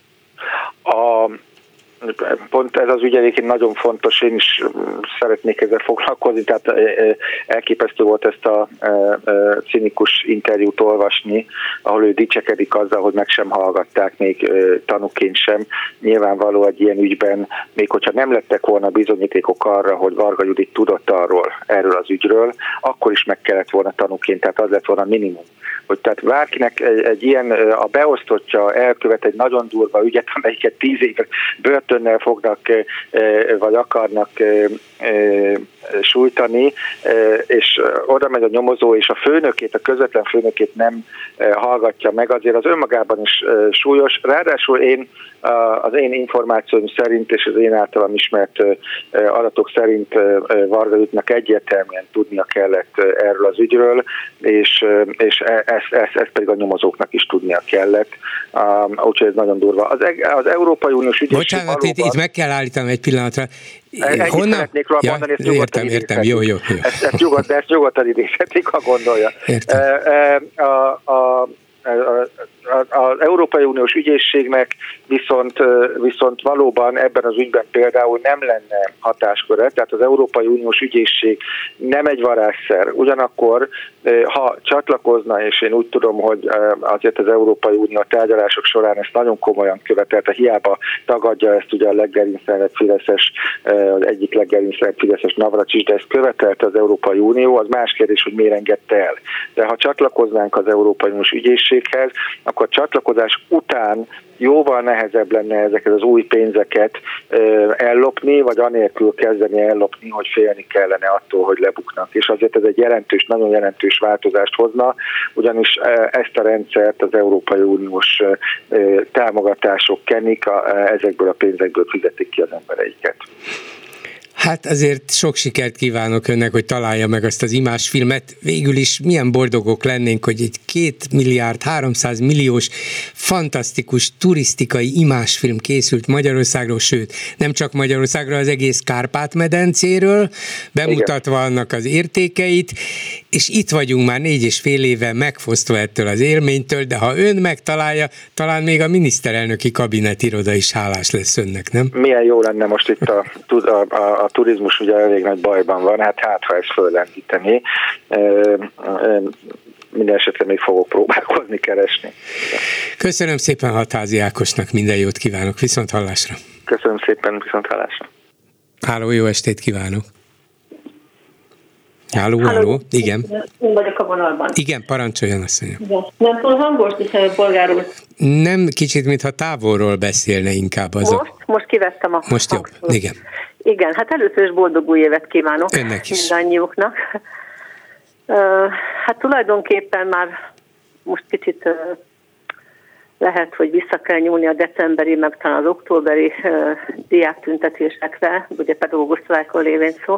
A, pont ez az ügy egyébként nagyon fontos, én is szeretnék ezzel foglalkozni, tehát elképesztő volt ezt a cinikus interjút olvasni, ahol ő dicsekedik azzal, hogy meg sem hallgatták még tanúként sem. Nyilvánvaló egy ilyen ügyben, még hogyha nem lettek volna bizonyítékok arra, hogy Varga Judit tudott arról, erről az ügyről, akkor is meg kellett volna tanúként, tehát az lett volna minimum. Hogy tehát bárkinek egy, egy ilyen, a beosztottja elkövet egy nagyon durva ügyet, amelyiket tíz év börtönnel fognak, vagy akarnak sújtani, és oda megy a nyomozó, és a főnökét, a közvetlen főnökét nem hallgatja meg, azért az önmagában is súlyos. Ráadásul én az én információim szerint, és az én általam ismert adatok szerint Varga Juditnak egyértelműen tudnia kellett erről az ügyről, és, és ezt, ezt, ezt pedig a nyomozóknak is tudnia kellett. Úgyhogy ez nagyon durva. Az, az Európai Uniós ügyészség Bocsánat, itt, itt meg kell állítanom egy pillanatra. Ennyit Honnan? szeretnék róla ja, mondani, ezt nyugodtan értem, értem, jó, jó, jó. Ezt, ezt, nyugod, ezt nyugodtan idézhetik, ha gondolja. Értem. A, a, a, az Európai Uniós ügyészségnek viszont, viszont valóban ebben az ügyben például nem lenne hatásköre, tehát az Európai Uniós ügyészség nem egy varázsszer. Ugyanakkor, ha csatlakozna, és én úgy tudom, hogy azért az Európai Unió a tárgyalások során ezt nagyon komolyan követelte, hiába tagadja ezt ugye a leggerinctelenebb fideszes, az egyik leggerinctelenebb fideszes Navracsics, de ezt követelte az Európai Unió, az más kérdés, hogy miért engedte el. De ha csatlakoznánk az Európai Uniós ügyészséghez, akkor csatlakozás után jóval nehezebb lenne ezeket az új pénzeket ellopni, vagy anélkül kezdeni ellopni, hogy félni kellene attól, hogy lebuknak. És azért ez egy jelentős, nagyon jelentős változást hozna, ugyanis ezt a rendszert az Európai Uniós támogatások kenik, ezekből a pénzekből fizetik ki az embereiket. Hát azért sok sikert kívánok önnek, hogy találja meg azt az imásfilmet. Végül is milyen boldogok lennénk, hogy egy két milliárd, háromszáz milliós fantasztikus turisztikai imásfilm készült Magyarországról, sőt, nem csak Magyarországról, az egész Kárpát-medencéről, bemutatva annak az értékeit, és itt vagyunk már négy és fél éve megfosztva ettől az élménytől, de ha ön megtalálja, talán még a miniszterelnöki kabinetiroda is hálás lesz önnek, nem? Milyen jó lenne most itt a, a, a, a turizmus, ugye elég nagy bajban van, hát hát ha ezt föllendíteni. Minden esetre még fogok próbálkozni, keresni. Köszönöm szépen Hatházi Ákosnak, minden jót kívánok, viszont hallásra. Köszönöm szépen, viszont hallásra. Háló, jó estét kívánok. Háló, háló, háló, igen. Én vagyok a vonalban. Igen, parancsoljon, asszonyom. Nem túl hangos, hiszen polgár úr. Nem, kicsit, mintha távolról beszélne inkább az Most, a... most kivettem a Most jobb, igen. Igen, hát először is boldog új évet kívánok. Önnek is. Mindannyiuknak. Uh, hát tulajdonképpen már most kicsit uh, lehet, hogy vissza kell nyúlni a decemberi, meg talán az októberi uh, diáktüntetésekre, ugye pedagógus sztrájkról lévén szó.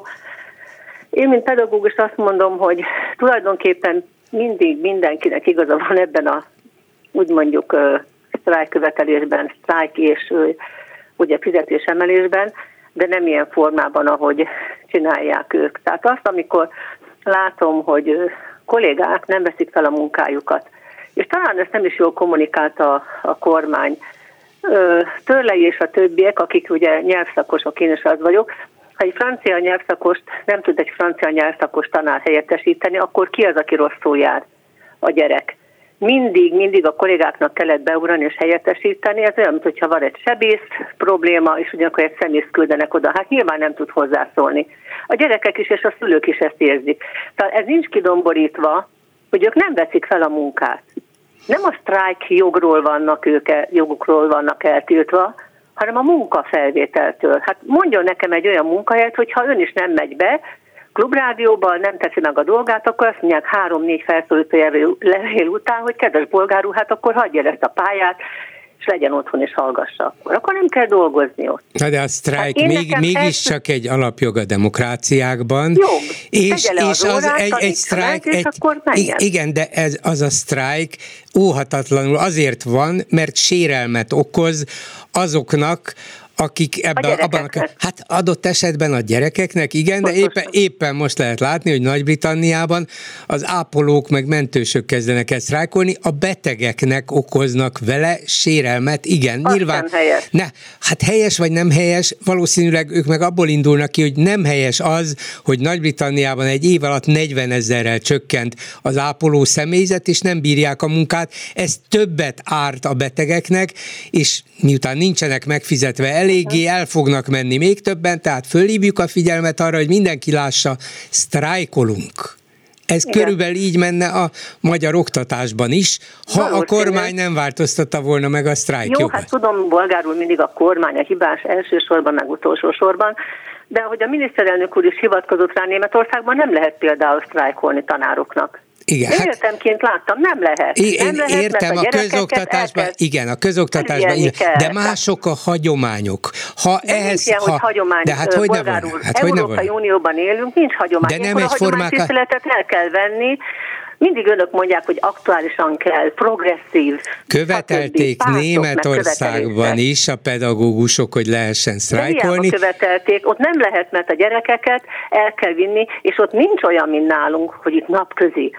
Én, mint pedagógus azt mondom, hogy tulajdonképpen mindig mindenkinek igaza van ebben a, úgy mondjuk, uh, sztrájkkövetelésben, sztrájk és uh, ugye fizetésemelésben, de nem ilyen formában, ahogy csinálják ők. Tehát azt, amikor látom, hogy uh, kollégák nem veszik fel a munkájukat, és talán ezt nem is jól kommunikálta a, a kormány. Uh, Törlei és a többiek, akik ugye nyelvszakosok, én is az vagyok, ha egy francia nyelvszakost nem tud egy francia nyelvszakos tanár helyettesíteni, akkor ki az, aki rosszul jár? A gyerek. Mindig, mindig a kollégáknak kellett beugrani és helyettesíteni, ez olyan, mintha van egy sebész probléma, és ugyanakkor egy szemész küldenek oda. Hát nyilván nem tud hozzászólni. A gyerekek is és a szülők is ezt érzik. Tehát ez nincs kidomborítva, hogy ők nem veszik fel a munkát. Nem a sztrájk jogról vannak ők, jogukról vannak eltiltva, hanem a munkafelvételtől. Hát mondjon nekem egy olyan munkahelyet, hogyha ön is nem megy be, klubrádióban nem teszi meg a dolgát, akkor azt mondják három-négy felszólító levél után, hogy kedves polgár úr, hát akkor hagyja el ezt a pályát, és legyen otthon és hallgassa akkor. Akkor nem kell dolgozni ott. Na de a sztrájk hát még, mégiscsak fel... egy alapjog a demokráciákban. Jó, és, és az, az egy, egy sztrájk, egy, igen, de ez, az a sztrájk óhatatlanul azért van, mert sérelmet okoz azoknak, akik ebben, abban a, hát adott esetben a gyerekeknek, igen, de éppen, éppen most lehet látni, hogy Nagy-Britanniában az ápolók meg mentősök kezdenek el sztrájkolni, a betegeknek okoznak vele sérelmet, igen, azt nyilván. Nem helyes. Ne, hát helyes vagy nem helyes, valószínűleg ők meg abból indulnak ki, hogy nem helyes az, hogy Nagy-Britanniában egy év alatt negyvenezerrel csökkent az ápoló személyzet, és nem bírják a munkát, ez többet árt a betegeknek, és miután nincsenek megfizetve eléggé, el fognak menni még többen, tehát fölhívjuk a figyelmet arra, hogy mindenki lássa, sztrájkolunk. Ez igen. Körülbelül így menne a magyar oktatásban is, ha valószínű. A kormány nem változtatta volna meg a sztrájkjogot. Jó, hát tudom, bolgárul mindig a kormány a hibás elsősorban, meg utolsó sorban, de ahogy a miniszterelnök úr is hivatkozott rá, Németországban nem lehet például sztrájkolni tanároknak. Igen, én értemként láttam, nem lehet. Én nem lehet, értem, a, a közoktatásban, kell, igen, a közoktatásban, igen, de mások a hagyományok. Ha de ehhez, ilyen, ha, hogy hagyomány, de hát hogy ne van? Hát Európai Unióban élünk, nincs hagyomány. De nem egy formák... tiszteletet el kell venni. Mindig önök mondják, hogy aktuálisan kell, progresszív. Követelték stb. Németországban is a pedagógusok, hogy lehessen sztrájkolni. De követelték, ott nem lehet, mert a gyerekeket el kell vinni, és ott nincs olyan, mint nálunk, hogy itt napközi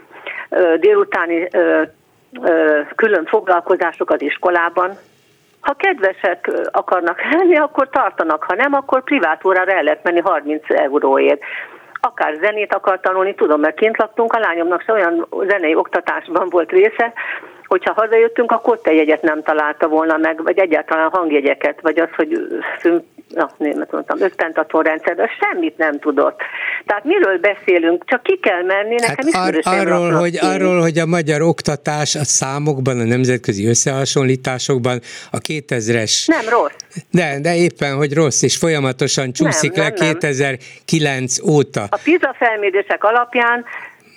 délutáni ö, ö, külön foglalkozások az iskolában. Ha kedvesek akarnak lenni, akkor tartanak, ha nem, akkor privát órára el lehet menni harminc euróért. Akár zenét akar tanulni, tudom, mert kint laktunk, a lányomnak se olyan zenei oktatásban volt része, hogyha hazajöttünk, akkor te jegyet nem találta volna meg, vagy egyáltalán hangjegyeket, vagy az, hogy na, német mondtam, ösztentaton rendszerben, semmit nem tudott. Tehát miről beszélünk? Csak ki kell menni, nekem hát is ar- arról, hogy, arról, hogy a magyar oktatás a számokban, a nemzetközi összehasonlításokban a kétezres... Nem rossz. De, de éppen, hogy rossz, és folyamatosan csúszik nem, le nem, kétezer-kilenc óta. A PISA felmérések alapján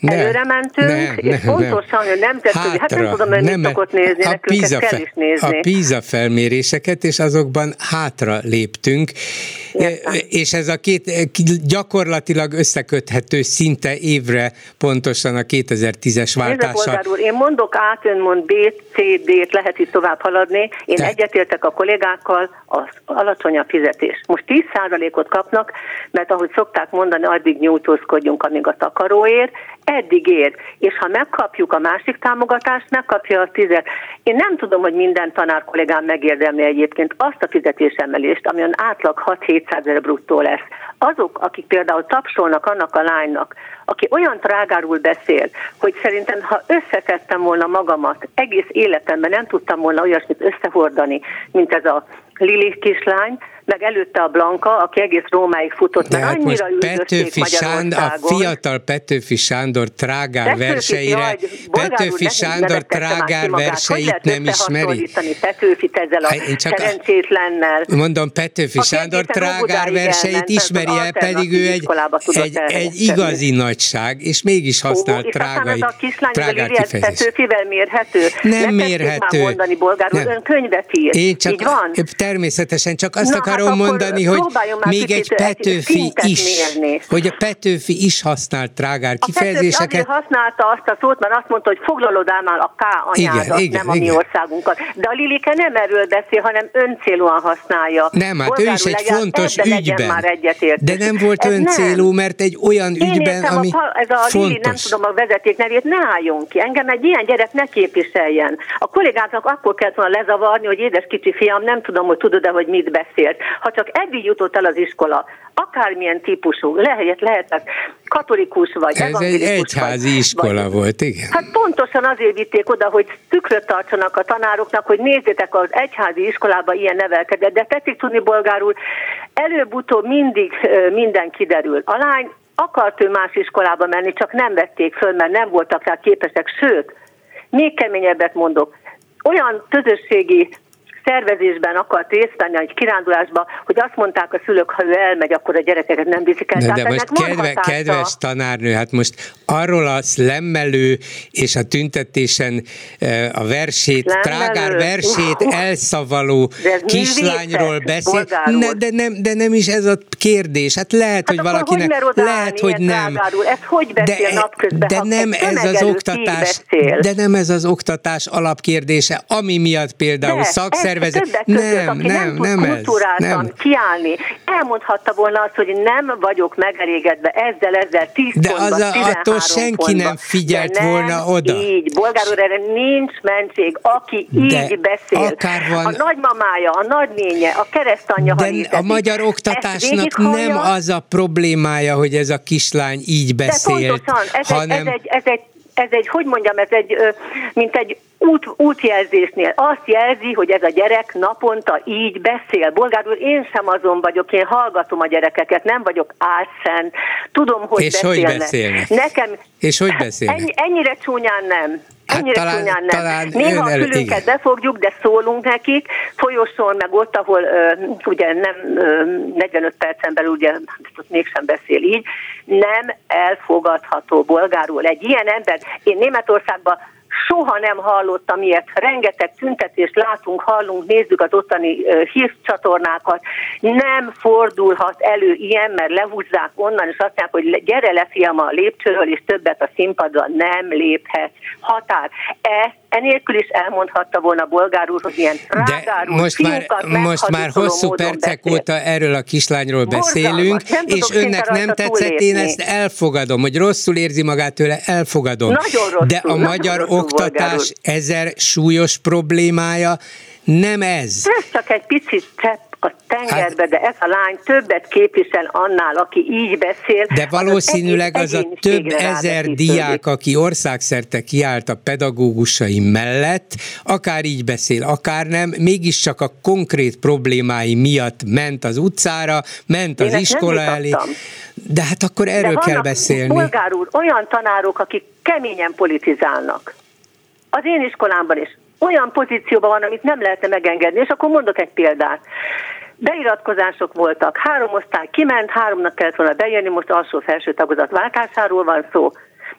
előre mentünk, nem, és nem, pontosan, hogy nemzetközi, hát nem tudom, hogy mit szokott nézni, nekünk ezt kell is nézni. A PISA felméréseket, és azokban hátra léptünk, Értem. és ez a két gyakorlatilag összeköthető szinte évre pontosan a kétezer-tízes váltással. Nézd, úr, én mondok át, ön mond B, C, D-t, lehet itt tovább haladni, én Te... egyetértek a kollégákkal, az alacsonyabb fizetés. Most tíz százalékot kapnak, mert ahogy szokták mondani, addig nyújtózkodjunk, amíg a takaró ér, eddig ér, és ha megkapjuk a másik támogatást, megkapja a tizet. Én nem tudom, hogy minden tanár kollégám megérdemli egyébként azt a fizetésemelést, ami olyan átlag hat-hétszázezer bruttó lesz. Azok, akik például tapsolnak annak a lánynak, aki olyan trágárul beszél, hogy szerintem, ha összeszedtem volna magamat, egész életemben nem tudtam volna olyasmit összehordani, mint ez a Lili kislány, meg előtte a Blanka, aki egész Rómáig futott, mert hát annyira üldözték Magyarországon. A fiatal Petőfi Sándor trágár Petőfi, verseire, jaj, Petőfi Sándor trágár verseit nem ismeri? Petőfit ezzel a szerencsétlennel. Mondom, Petőfi Sándor trágár verseit ismeri el, pedig ő egy, egy, egy igazi nagyság, és mégis használ trágai, trágár kifejezést. Petőfivel mérhető? Nem mérhető. Nem mondani, bolgár úr, ön könyvet ír. Én csak, így van? Természetesen csak azt akarom akarom mondani, hogy még egy Petőfi is, mérni. hogy a Petőfi is használt trágár kifejezéseket. A Petőfi használta azt a szót, mert azt mondta, hogy foglalod ám a K anyádat, igen, igen, nem igen. a mi országunkat. De a Lilike nem erről beszél, hanem öncélúan használja. Nem, hát ő is egy fontos ügyben. Már de nem volt ez öncélú, nem. mert egy olyan Én ügyben, ami a, ez a fontos. Lili, nem tudom a vezeték nevét, ne álljon ki. Engem egy ilyen gyerek ne képviseljen. A kollégáknak akkor kellett volna lezavarni, hogy édes kicsi fiam, nem tudom, hogy tudod-e, hogy mit beszélt. Ha csak eddig jutott el az iskola, akármilyen típusú, lehet, lehet katolikus vagy ez egy egyházi vagy, iskola vagy, volt, igen. Hát pontosan azért vitték oda, hogy tükröt tartsanak a tanároknak, hogy nézzétek, az egyházi iskolába ilyen nevelkedett, de tetszik tudni, bolgár úr, előbb-utóbb mindig minden kiderül. A lány akart ő más iskolába menni, csak nem vették föl, mert nem voltak rá képesek, sőt, még keményebbet mondok, olyan közösségi szervezésben akart részt venni, egy kirándulásba, hogy azt mondták a szülők, ha ő elmegy, akkor a gyerekeket nem viszik el. De, de most kedve, kedves tanárnő, hát most arról a szlemmelő és a tüntetésen a versét, szlemmelő. trágár versét uh, elszavaló kislányról beszél, ne, de, nem, de nem is ez a kérdés. Hát lehet, hát hogy valakinek, hogy lehet, hogy nem. Ez hogy beszél de, napközben, de nem ez az oktatás, de nem ez az oktatás alapkérdése, ami miatt például szakszervezet többek között, nem, aki nem, nem tud kulturáltan kiállni. Elmondhatta volna azt, hogy nem vagyok megelégedve ezzel, ezzel tíz de pontban, az a, attól senki pontban, nem figyelt nem volna oda. Így, bolgár úr, erre nincs mentség, aki de így beszél. Van, a nagymamája, a nagynénye, a keresztanyja, de ha a magyar oktatásnak nem az a problémája, hogy ez a kislány így beszélt, de pontosan, ez hanem... egy, ez egy, ez egy Ez egy, hogy mondjam, ez egy, mint egy út, útjelzésnél. Azt jelzi, hogy ez a gyerek naponta így beszél. Bolgár úr, én sem azon vagyok, én hallgatom a gyerekeket, nem vagyok álszent. Tudom, hogy És beszélnek. hogy beszélnek? Nekem, És hogy beszélnek? Ennyi, ennyire csúnyán nem. Ennyire hát talán, csúnyán nem. Talán Néha a fülünket befogjuk, de szólunk nekik, folyosón, meg ott, ahol uh, ugye nem uh, negyvenöt percen belül, ugye ott mégsem beszél így, nem elfogadható, bolgárul. Egy ilyen ember, én Németországban soha nem hallottam ilyet. Rengeteg tüntetést látunk, hallunk, nézzük az ottani uh, hírcsatornákat. Nem fordulhat elő ilyen, mert lehúzzák onnan, és azt mondják, hogy gyere le, fiam, a lépcsőről, és többet a színpadra nem léphet. Határ. E, enélkül is elmondhatta volna bolgár úr, hogy ilyen rágárul, most már, most már hosszú percek beszél. óta erről a kislányról beszélünk, és önnek nem tetszett, én ezt elfogadom, hogy rosszul érzi magát tőle, elfogadom. Rosszul, de a magyar rosszul, oktatás ezer súlyos problémája nem ez. Ez csak egy picit csepp a tengerbe, hát, de ez a lány többet képvisel annál, aki így beszél. De valószínűleg az, az a több ezer diák, aki országszerte kiállt a pedagógusai mellett, akár így beszél, akár nem, mégiscsak a konkrét problémái miatt ment az utcára, ment az iskola elé. De hát akkor erről kell beszélni. Bolgár úr, olyan tanárok, akik keményen politizálnak. Az én iskolámban is olyan pozícióban van, amit nem lehetne megengedni, és akkor mondok egy példát. Beiratkozások voltak, három osztály kiment, háromnak kellett volna bejönni, most alsó-felső tagozat váltásáról van szó.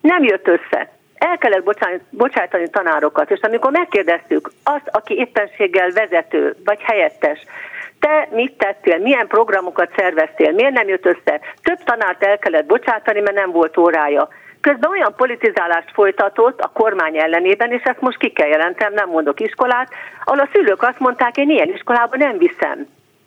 Nem jött össze. El kellett bocsájtani tanárokat, és amikor megkérdeztük azt, aki éppenséggel vezető vagy helyettes, te mit tettél, milyen programokat szerveztél, miért nem jött össze? Több tanárt el kellett bocsátani, mert nem volt órája. Közben olyan politizálást folytatott a kormány ellenében, és ezt most ki kell jelentem, nem mondok iskolát, ahol a szülők azt mondták, én ilyen iskolába nem viszem.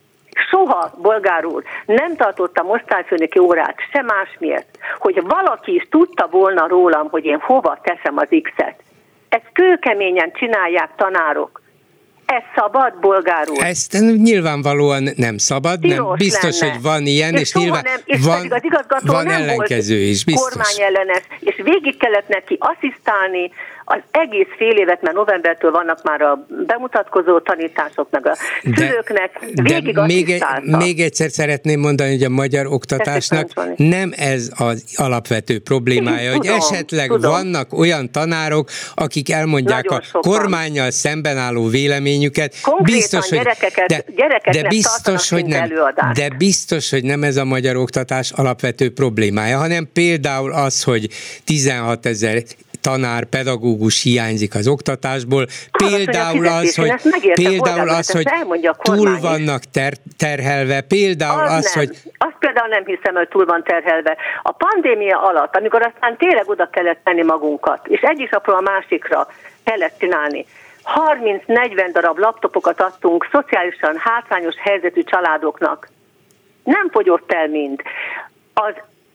Soha, bolgár úr, nem tartottam osztályfőnöki órát, se másmiért, hogy valaki is tudta volna rólam, hogy én hova teszem az X-et. Ezt kőkeményen csinálják tanárok. Ez szabad, bolgár úr? Ezt nyilvánvalóan nem szabad, Tilos nem biztos, lenne. Hogy van ilyen, és, és nyilván nem, és van, az igazgató van nem ellenkező is, biztos. Kormányellenes, és végig kellett neki asszisztálni az egész fél évet, mert novembertől vannak már a bemutatkozó tanítások, meg a szülőknek végig de még, egy, még egyszer szeretném mondani, hogy a magyar oktatásnak nem ez az alapvető problémája, Én, hogy tudom, esetleg tudom. vannak olyan tanárok, akik elmondják Nagyon a sokan. kormánnyal szemben álló véleményüket. Konkrétan biztos, gyerekeket, de, de biztos, hogy nem, de biztos, hogy nem ez a magyar oktatás alapvető problémája, hanem például az, hogy tizenhatezer tanár, pedagógus hiányzik az oktatásból. Például az, hogy, például az, hogy túl vannak ter- terhelve, például az, az hogy... Azt például nem hiszem, hogy túl van terhelve. A pandémia alatt, amikor aztán tényleg oda kellett tenni magunkat, és egyik napról a másikra kellett csinálni, harminc-negyven darab laptopokat adtunk szociálisan hátrányos helyzetű családoknak. Nem fogyott el mind. Az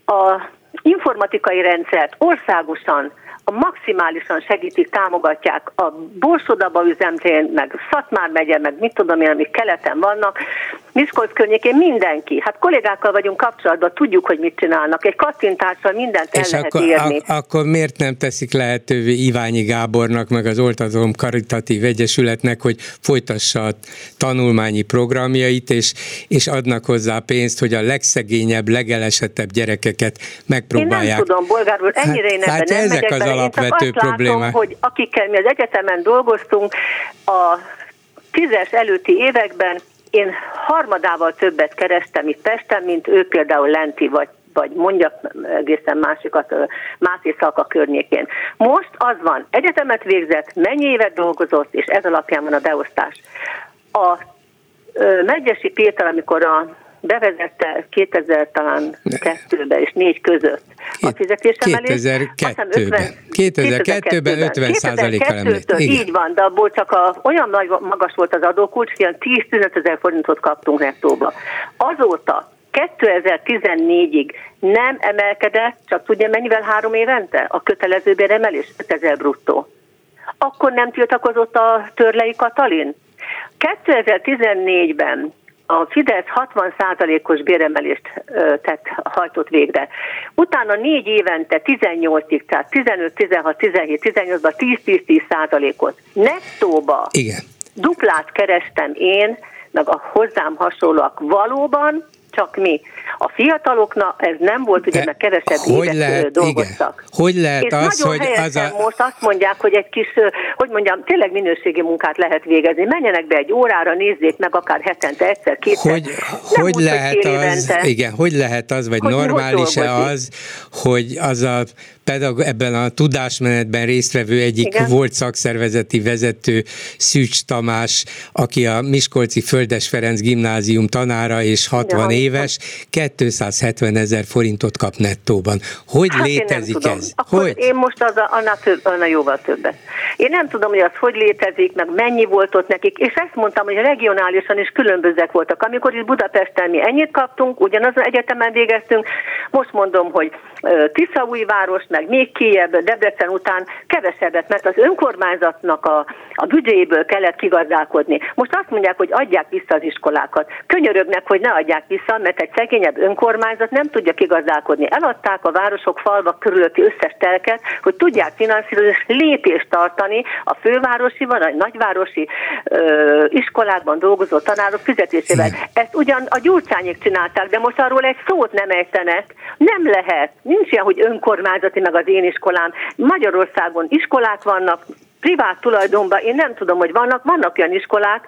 a informatikai rendszert országosan a maximálisan segítik, támogatják a Borsod-Aba üzemtén, meg Szatmár megye, meg mit tudom én, amik keleten vannak, Miskolc környékén mindenki. Hát kollégákkal vagyunk kapcsolatban, tudjuk, hogy mit csinálnak. Egy kattintással mindent el és lehet akkor, érni. És ak- akkor miért nem teszik lehetővé Iványi Gábornak, meg az Oltadalom Karitatív Egyesületnek, hogy folytassa a tanulmányi programjait, és, és adnak hozzá pénzt, hogy a legszegényebb, legelesettebb gyerekeket megpróbálják. Én nem tudom, bolgár úr, ennyire én ebben hát, nem ezek megyek az bele. alapvető Én csak azt problémák. látom, hogy akikkel mi az egyetemen dolgoztunk, a tízes előtti években én harmadával többet kerestem itt Pesten, mint ő például lenti, vagy, vagy mondjak egészen másikat, Máté Szalka környékén. Most az van, egyetemet végzett, mennyi évet dolgozott, és ez alapján van a beosztás. A Medgyessy Péter, amikor a bevezette kétezer-kettőben és négy között a fizetésemelést. kétezer-kettőben. kétezer-kettőben ötven százalékkal említ. Így van, de abból csak a, olyan nagy, magas volt az adókulcs, hogy tíz-tizenöt ezer forintot kaptunk nettóba. Azóta kétezer-tizennégyig nem emelkedett, csak tudja mennyivel három évente? A kötelező béremelés ötezer bruttó. Akkor nem tiltakozott a Törlei Katalin? kétezer-tizennégyben a Fidesz hatvan százalékos béremelést tett, hajtott végre. Utána négy évente tizennyolcig, tehát tizenöt, tizenhat, tizenhét, tizennyolcban tíz-tíz-tíz százalékot. Nettóba Igen. duplát kerestem én, meg a hozzám hasonlóak valóban, csak mi. A fiataloknak ez nem volt, ugye, mert kevesebb évet lehet, dolgoztak. Igen. Hogy lehet és az, hogy az a... most azt mondják, hogy egy kis, hogy mondjam, tényleg minőségi munkát lehet végezni. Menjenek be egy órára, nézzék meg akár hetente egyszer, kétszer. Hogy, hogy úgy, lehet hogy az, igen, hogy lehet az, vagy hogy normális-e az, hogy az a pedagóg, ebben a tudásmenetben résztvevő egyik igen. volt szakszervezeti vezető, Szűcs Tamás, aki a Miskolci Földes Ferenc gimnázium tanára és hatvan ja, éves, kétszázhetven ezer forintot kap nettóban. Hogy hát létezik ez? Akkor hogy? Én most az a, annál, több, annál jóval többet. Én nem tudom, hogy az hogy létezik, meg mennyi volt ott nekik, és ezt mondtam, hogy regionálisan is különbözőek voltak. Amikor itt Budapesten mi ennyit kaptunk, ugyanazon egyetemen végeztünk, most mondom, hogy Tiszaújváros, meg még kijebb, Debrecen után kevesebbet, mert az önkormányzatnak a, a büdzséjéből kellett kigazdálkodni. Most azt mondják, hogy adják vissza az iskolákat. Könyörögnek, hogy ne adják vissza, mert egy szegényebb önkormányzat nem tudja kigazdálkodni. Eladták a városok, falvak körülötti összes telket, hogy tudják finanszírozni, lépést tartani a fővárosi, vagy a nagyvárosi ö, iskolákban dolgozó tanárok fizetésével. Hmm. Ezt ugyan a Gyurcsányék csinálták, de most arról egy szót nem ejtenek. Nem lehet. Nincs ilyen, hogy önkormányzati, meg az én iskolám. Magyarországon iskolák vannak, privát tulajdonban, én nem tudom, hogy vannak, vannak olyan iskolák,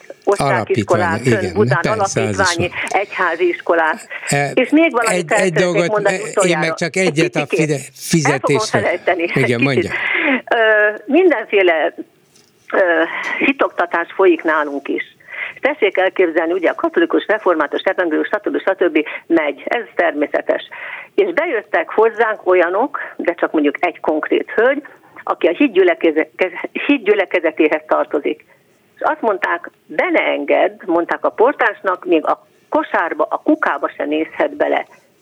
osztályiskolát, igen, Budán persze, alapítványi egyházi iskolát. E, és még valamit egy, egy dolgot, mondani utoljára. Én meg csak egyet egy a fide, fizetésre. El fogom felejteni. Igen, mondja. Ö, mindenféle ö, hitoktatás folyik nálunk is. Tessék elképzelni, ugye a katolikus, református, evangélikus, stb. stb. Megy, ez természetes. És bejöttek hozzánk olyanok, de csak mondjuk egy konkrét hölgy, aki a hitgyülekezetéhez tartozik. És azt mondták, be ne engedd, mondták a portásnak, még a kosárba, a kukába se nézhet bele.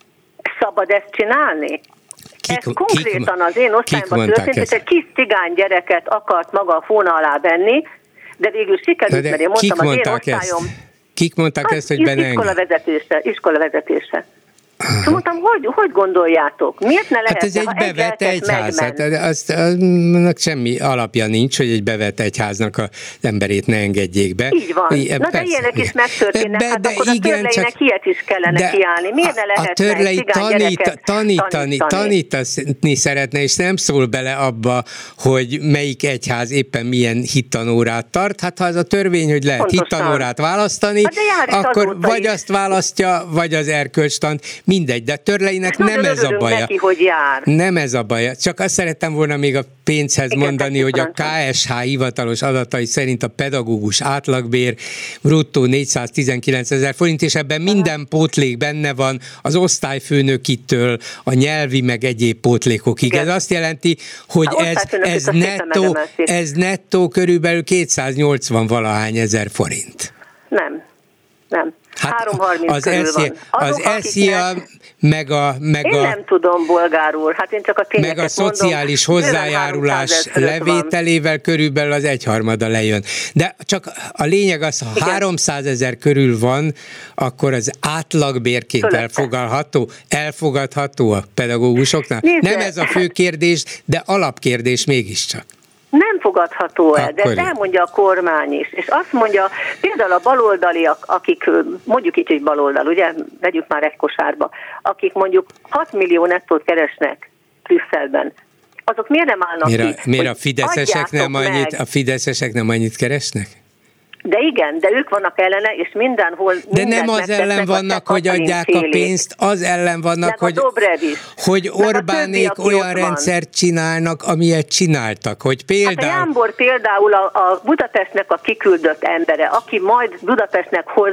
Szabad ezt csinálni? Kik, Ez konkrétan kik, az én osztályomban történt, hogy egy kis cigány gyereket akart maga a fóna alá venni, de végül sikerült, mert én mondtam, az én osztályom... Ezt? Kik mondták hát, ezt, hogy benne iskola vezetése, iskola vezetése. És mondtam, hogy, hogy gondoljátok? Miért ne lehetne, hát ez egy bevett egyház, azt, annak semmi alapja nincs, hogy egy bevett egyháznak az emberét ne engedjék be. Így van. I, Na persze, de ilyenek is megtörténnek, de, hát de akkor igen, a törleinek csak, ilyet is kellene kiállni. Miért ne lehetne a törlei tanít, tanítani, tanítani, tanítani szeretne, és nem szól bele abba, hogy melyik egyház éppen milyen hittanórát tart. Hát ha az a törvény, hogy lehet Pontosan. hittanórát választani, hát akkor vagy is. azt választja, vagy az erkölcstant. Mindegy, de Törleinek nem ez a baja. Neki, hogy jár. Nem ez a baja. Csak azt szerettem volna még a pénzhez igen, mondani, hogy a ká es há hivatalos adatai szerint a pedagógus átlagbér bruttó négyszáztizenkilencezer forint, és ebben minden pótlék benne van, az osztályfőnökitől a nyelvi meg egyéb pótlékokig. Igen. Ez azt jelenti, hogy ez, ez, nettó, ez nettó körülbelül kétszáznyolcvan valahány ezer forint. Nem, nem. Hát három harminc az körül van. Azok, az eszia, meg a... Meg én a, nem tudom, bolgár úr, hát én csak a tényeket meg a szociális mondom, hozzájárulás levételével van. Körülbelül az egyharmada lejön. De csak a lényeg az, ha igen. háromszázezer körül van, akkor az átlagbérként Fölötte. elfogadható, elfogadható a pedagógusoknál. Nézze. Nem ez a fő kérdés, de alapkérdés mégiscsak. Nem fogadható el, de ezt elmondja a kormány is. És azt mondja, például a baloldaliak, akik, mondjuk így, hogy baloldal, ugye, vegyük már egy kosárba, akik mondjuk hat millió nettót keresnek Brüsszelben, azok miért nem állnak miért, ki? Miért a fideszesek nem annyit, a fideszesek nem annyit keresnek? De igen, de ők vannak ellene, és mindenhol de nem az ellen vannak, hogy adják a pénzt, az ellen vannak, hogy, hogy Orbánék olyan rendszert csinálnak, amilyet csináltak, hogy például... Hát a Jámbor például a, a Budapestnek a kiküldött embere, aki majd Budapestnek hoz,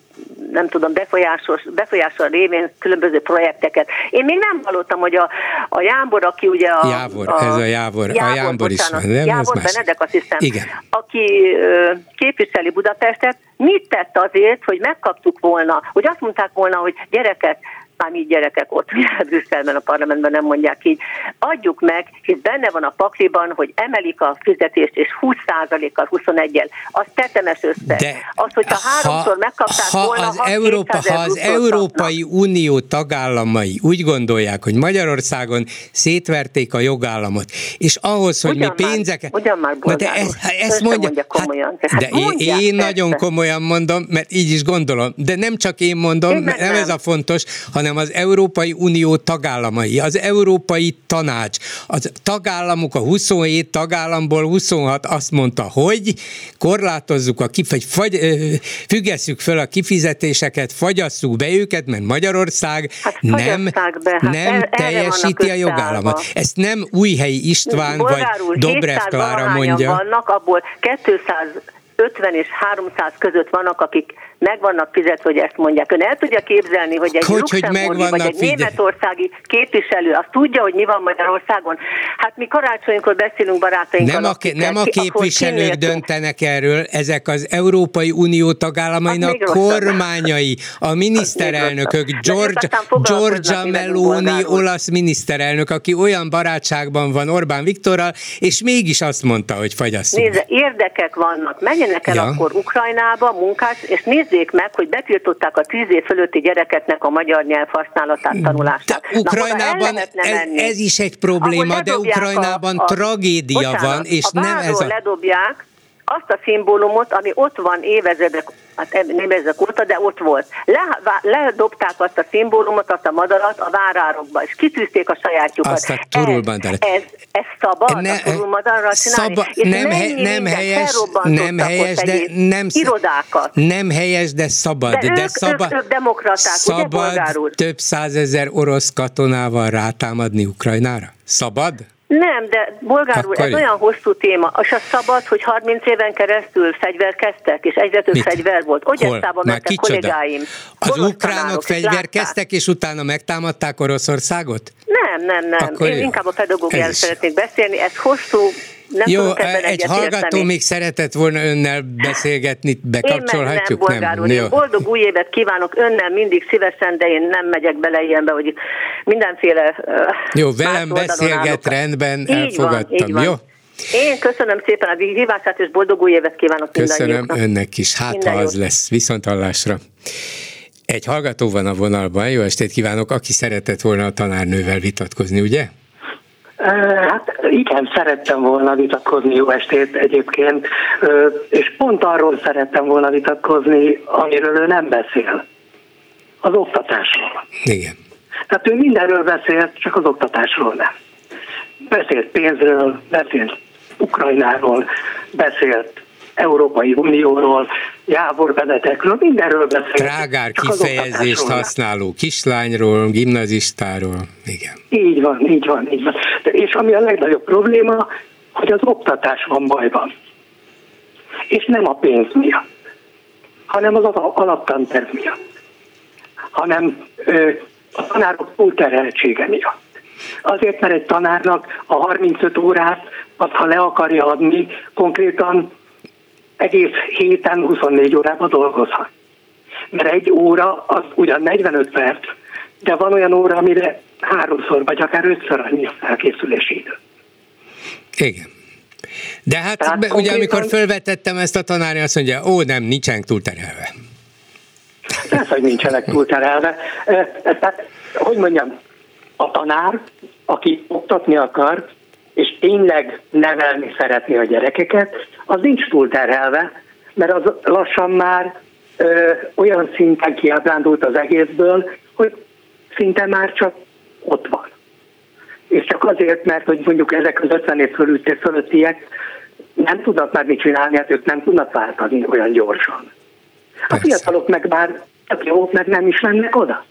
nem tudom, befolyásos, befolyásol révén különböző projekteket. Én még nem hallottam, hogy a, a Jámbor, aki ugye a... Jávor, a, ez a Jávor, Jávor a Jámbor bocsánat, is van. Nem, Jávor Benedek, azt hiszem, igen. aki ö, képviseli Budapestet, mit tett azért, hogy megkaptuk volna, hogy azt mondták volna, hogy gyerekek, már mi gyerekek ott, Brüsszelben, a parlamentben nem mondják így, adjuk meg, hisz benne van a pakliban, hogy emelik a fizetést, és húsz százalékkal, huszonegyel. Az tetemes összeg. De az, hogyha háromszor megkapták ha volna, az Európa, ha az Európai Unió tagállamai úgy gondolják, hogy Magyarországon szétverték a jogállamot, és ahhoz, hogy ugyan mi pénzeket... Ugyan már, de ezt, ezt mondja, mondja komolyan. Hát, de hát én, én nagyon komolyan mondom, mert így is gondolom, de nem csak én mondom, én nem, nem ez a fontos, hanem az Európai Unió tagállamai, az Európai Tanács, az tagállamok, a huszonhét tagállamból huszonhat azt mondta, hogy korlátozzuk a kif- fagy, függesszük föl a kifizetéseket, fagyasszuk be őket, mert Magyarország hát nem, be. Hát nem el, teljesíti a jogállamot. Ezt nem Újhelyi István vagy Dobrev Klára mondja. Vannak, abból kétszázötven és háromszáz között vannak, akik meg vannak fizetve, hogy ezt mondják. Ön el tudja képzelni, hogy egy hogy, luxemburgi vagy egy németországi képviselő azt tudja, hogy mi van Magyarországon? Hát mi karácsonykor beszélünk barátainkkal. Nem a, nem a képviselők döntenek erről, ezek az Európai Unió tagállamainak kormányai, a miniszterelnökök, George, Giorgia Meloni, olasz miniszterelnök, aki olyan barátságban van Orbán Viktorral, és mégis azt mondta, hogy fagyasszunk. Nézze, érdekek vannak. Menjenek el ja. akkor Ukrajnába, munkás, és nézz nézzék meg, hogy betiltották a tíz év fölötti gyerekeknek a magyar nyelv használatát, tanulását. De Ukrajnában ez, ez is egy probléma, de Ukrajnában a, a, tragédia bocsánat, van, és a nem ez a... ledobják azt a szimbólumot, ami ott van évezredek hát némezzek óta, de ott volt. Le, ledobták azt a szimbólumot, azt a madarat a várárokba, és kitűzték a sajátjukat. Azt a turulmadat. Ez, ez, ez szabad, ne, a turulmadarral csinálni? Szaba, nem, he, nem helyes, nem helyes, de nem, irodákat. Nem helyes, de szabad. De, de ők, szabad, ők, ők demokraták, szabad ugye, bolgár úr? Több százezer orosz katonával rátámadni Ukrajnára? Szabad? Nem, de bolgár úr, ez olyan hosszú téma. És az szabad, hogy harminc éven keresztül fegyverkeztek, és egyre több Mit? fegyver volt. Ogyeszába mentek kollégáim. Az ukránok fegyverkeztek, és utána megtámadták Oroszországot? Nem, nem, nem. Akkor Én jó. inkább a pedagógiáról szeretnék beszélni. Ez hosszú, nem jó, tudunk ebben egy hallgató érteni. Még szeretett volna önnel beszélgetni, bekapcsolhatjuk? Én nem, nem, úr, boldog új évet kívánok önnel mindig szívesen, de én nem megyek bele ilyenbe, hogy mindenféle jó, velem beszélget, rendben, így elfogadtam, van, jó? Én köszönöm szépen a hívását, és boldog új évet kívánok mindannyiuknak. Köszönöm önnek is, hát Minden ha az jó. lesz, viszonthallásra. Egy hallgató van a vonalban, jó estét kívánok, aki szeretett volna a tanárnővel vitatkozni, ugye? Hát igen, szerettem volna vitatkozni, jó estét egyébként, és pont arról szerettem volna vitatkozni, amiről ő nem beszél, az oktatásról. Igen. Tehát ő mindenről beszélt, csak az oktatásról nem. Beszélt pénzről, beszélt Ukrajnáról, beszélt Európai Unióról, Jávor Benedekről, mindenről beszélt. Trágár kifejezést használó kislányról, gimnazistáról, igen. Így van, így van, így van. De és ami a legnagyobb probléma, hogy az oktatás van bajban. És nem a pénz miatt, hanem az alaptanterv miatt, hanem ö, a tanárok túlterheltsége miatt. Azért, mert egy tanárnak a harmincöt órát, azt ha le akarja adni, konkrétan egész héten huszonnégy órában dolgozhat. Mert egy óra az ugyan negyvenöt perc, de van olyan óra, amire háromszor vagy akár ötször annyi a felkészülési idő. Igen. De hát be, konkrétan... ugye amikor fölvetettem ezt a tanárnő, azt mondja, ó nem, nincsenek túlterhelve. Persze, hogy nincsenek túlterhelve. Tehát, hogy mondjam, a tanár, aki oktatni akar, és tényleg nevelni szeretné a gyerekeket, az nincs túlterhelve, mert az lassan már ö, olyan szinten kiábrándult az egészből, hogy szinte már csak ott van. És csak azért, mert hogy mondjuk ezek az ötven év fölötti, fölöttiek nem tudnak már mit csinálni, hát ők nem tudnak váltani olyan gyorsan. A fiatalok meg már jók, meg nem is mennek oda.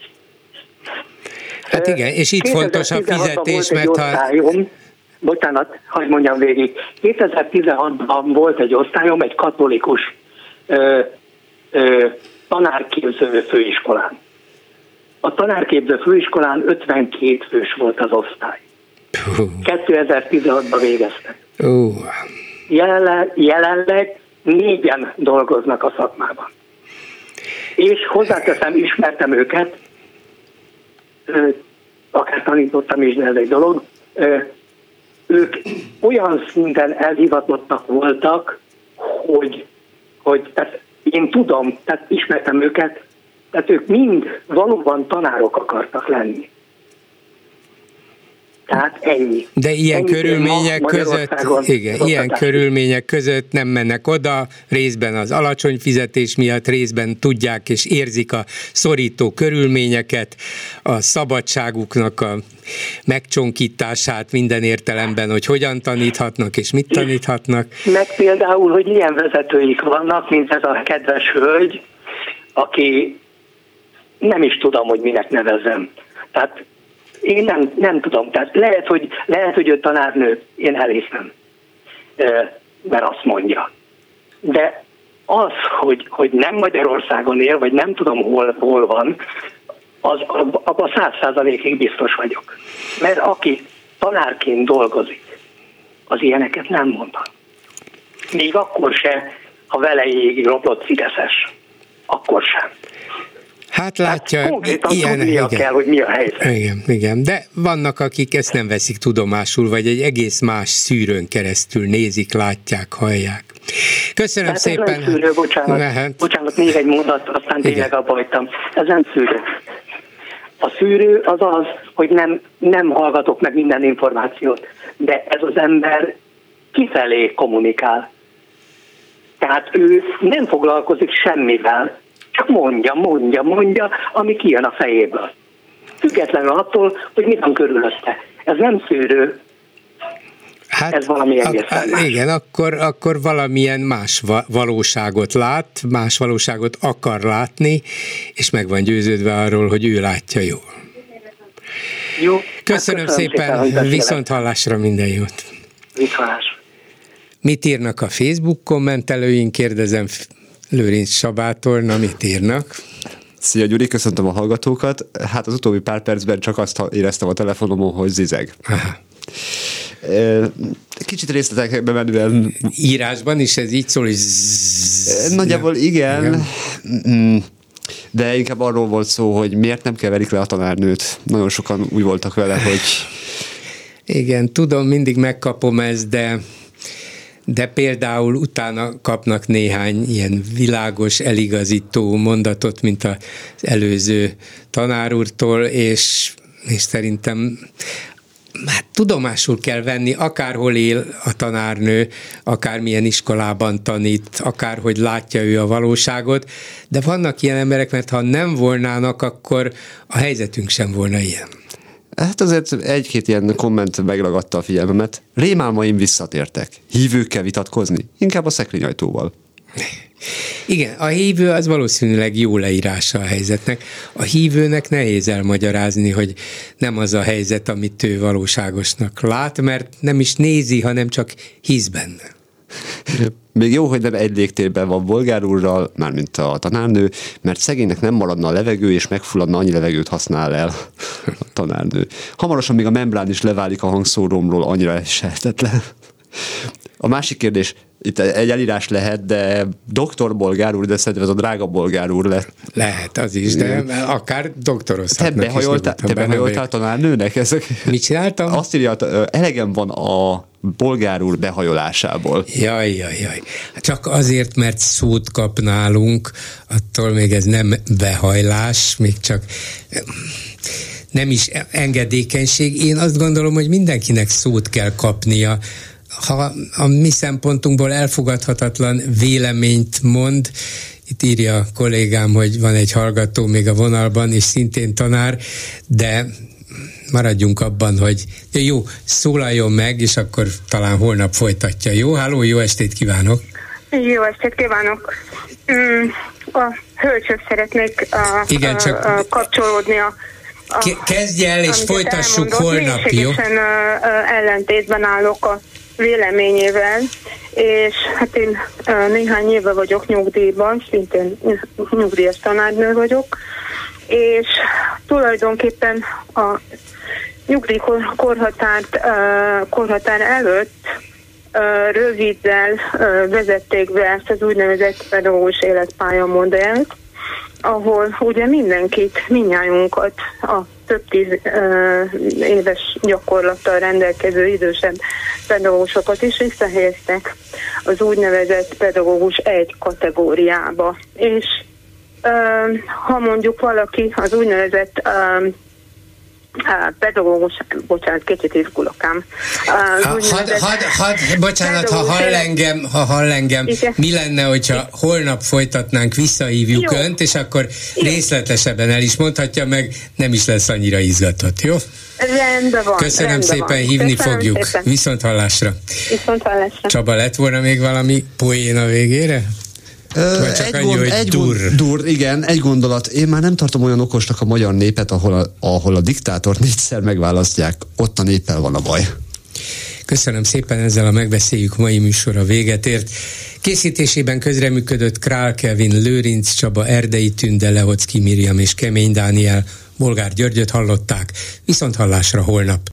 Hát igen, és itt fontos a fizetés, mert ha... Bocsánat, hadd mondjam végig. kétezer-tizenhatban volt egy osztályom egy katolikus ö, ö, tanárképző főiskolán. A tanárképző főiskolán ötvenkét fős volt az osztály. Uh. kétezer-tizenhatban végeztek. Uh. Jelenleg, jelenleg négyen dolgoznak a szakmában. És hozzáteszem, ismertem őket, ö, akár tanítottam is, de ez egy dolog, ö, ők olyan szinten elhivatottak voltak, hogy, hogy tehát én tudom, tehát ismertem őket, tehát ők mind valóban tanárok akartak lenni. Tehát ennyi. De ilyen ennyi körülmények között, igen, ilyen körülmények között nem mennek oda, részben az alacsony fizetés miatt, részben tudják és érzik a szorító körülményeket, a szabadságuknak a megcsonkítását minden értelemben, hogy hogyan taníthatnak és mit taníthatnak. Meg például, hogy milyen vezetőik vannak, mint ez a kedves hölgy, aki nem is tudom, hogy minek nevezzem. Tehát én nem, nem tudom, tehát lehet, hogy, lehet, hogy ő tanárnő, én elhiszem, mert azt mondja. De az, hogy, hogy nem Magyarországon él, vagy nem tudom, hol, hol van, az, abban száz százalékig biztos vagyok. Mert aki tanárként dolgozik, az ilyeneket nem mondhat. Még akkor se, ha velejéig roblott fideszes. Akkor sem. Hát látja, hát, ilyen, tudnia igen. kell, hogy mi a helyzet. Igen, igen, de vannak, akik ezt nem veszik tudomásul, vagy egy egész más szűrőn keresztül nézik, látják, hallják. Köszönöm hát szépen. Ez nem szűrő, bocsánat. Lehet. Bocsánat, még egy mondat, aztán tényleg abba hagytam. Ez nem szűrő. A szűrő az az, hogy nem, nem hallgatok meg minden információt, de ez az ember kifelé kommunikál. Tehát ő nem foglalkozik semmivel, csak mondja, mondja, mondja, ami kijön a fejéből. Függetlenül attól, hogy mi van körülötte. Ez nem szűrő. Hát, ez valami egészen más. Igen, akkor, akkor valamilyen más valóságot lát, más valóságot akar látni, és meg van győződve arról, hogy ő látja jól. Jó. Köszönöm, hát köszönöm szépen, szépen viszont hallásra, minden jót. Viszontlátásra. Mit írnak a Facebook kommentelőink? Kérdezem Lőrinc Csabától, na mit írnak? Szia Gyuri, köszöntöm a hallgatókat. Hát az utóbbi pár percben csak azt éreztem a telefonomon, hogy zizeg. Aha. Kicsit részletekbe menően... Írásban is ez így szól, hogy zzz... Nagyjából igen, igen, de inkább arról volt szó, hogy miért nem keverik le a tanárnőt. Nagyon sokan úgy voltak vele, hogy... Igen, tudom, mindig megkapom ezt, de... de például utána kapnak néhány ilyen világos, eligazító mondatot, mint az előző tanár úrtól, és, és szerintem hát tudomásul kell venni, akárhol él a tanárnő, akármilyen iskolában tanít, akárhogy látja ő a valóságot, de vannak ilyen emberek, mert ha nem volnának, akkor a helyzetünk sem volna ilyen. Hát azért egy-két ilyen komment megragadta a figyelmemet. Rémálmaim visszatértek. Hívőkkel vitatkozni? Inkább a szekrényajtóval. Igen, a hívő az valószínűleg jó leírása a helyzetnek. A hívőnek nehéz elmagyarázni, hogy nem az a helyzet, amit ő valóságosnak lát, mert nem is nézi, hanem csak hisz benne. Még jó, hogy nem egy légtérben van Bolgár úrral, mármint a tanárnő, mert szegénynek nem maradna a levegő, és megfulladna, annyi levegőt használ el a tanárnő. Hamarosan még a membrán is leválik a hangszórómról, annyira esehetetlen. A másik kérdés, itt egy elírás lehet, de doktor Bolgár úr, de szerintem ez a drága Bolgár úr lett. Lehet, az is, de akár doktorozhatnak. Te behajoltál, te behajoltál tanárnőnek? Ezek... Mit csináltam? Azt írja, elegem van a Bolgár úr behajolásából. Jaj, jaj, jaj. Csak azért, mert szót kap nálunk, attól még ez nem behajlás, még csak nem is engedékenység. Én azt gondolom, hogy mindenkinek szót kell kapnia. Ha a mi szempontunkból elfogadhatatlan véleményt mond, itt írja a kollégám, hogy van egy hallgató még a vonalban, és szintén tanár, de maradjunk abban, hogy jó, szólaljon meg, és akkor talán holnap folytatja. Jó? Halló, jó estét kívánok! Jó estét kívánok! A hölgyhöz szeretnék a, Igen, csak a, a kapcsolódni a a, kezdj el, és folytassuk holnap, jó? Mélységesen ellentétben állok a véleményével, és hát én néhány éve vagyok nyugdíjban, szintén nyugdíjas tanárnő vagyok, és tulajdonképpen a nyugdíjkorhatárt korhatár előtt röviddel vezették be ezt az úgynevezett pedagógus életpálya modellt, ahol ugye mindenkit, mindnyájunkat, a több tíz uh, éves gyakorlattal rendelkező idősebb pedagógusokat is visszahelyeztek az úgynevezett pedagógus egy kategóriába. És uh, ha mondjuk valaki az úgynevezett uh, Uh, pedagógus, bocsánat, kicsit izgulok ám. Uh, ha, had, had, had, bocsánat, ha hall engem, ha hall engem mi lenne, hogyha holnap folytatnánk, visszahívjuk jó. Önt, és akkor jó. Részletesebben el is mondhatja, meg nem is lesz annyira izgatott, jó? Rendben van. Köszönöm rendben szépen, van. hívni Köszönöm fogjuk. Szépen. Viszont hallásra. Viszont hallásra. Csaba, lett volna még valami poén a végére? Ö, egy, annyi, gond, egy dur. Gond, dur, igen, egy gondolat. Én már nem tartom olyan okosnak a magyar népet, ahol a, ahol a diktátort négyszer megválasztják. Ott a néppel van a baj. Köszönöm szépen, ezzel a megbeszéljük mai műsora véget ért. Készítésében közreműködött Král Kevin, Lőrinc Csaba, Erdei Tünde, Lehocki Miriam és Kemény Dániel. Bolgár Györgyöt hallották. Viszont hallásra holnap.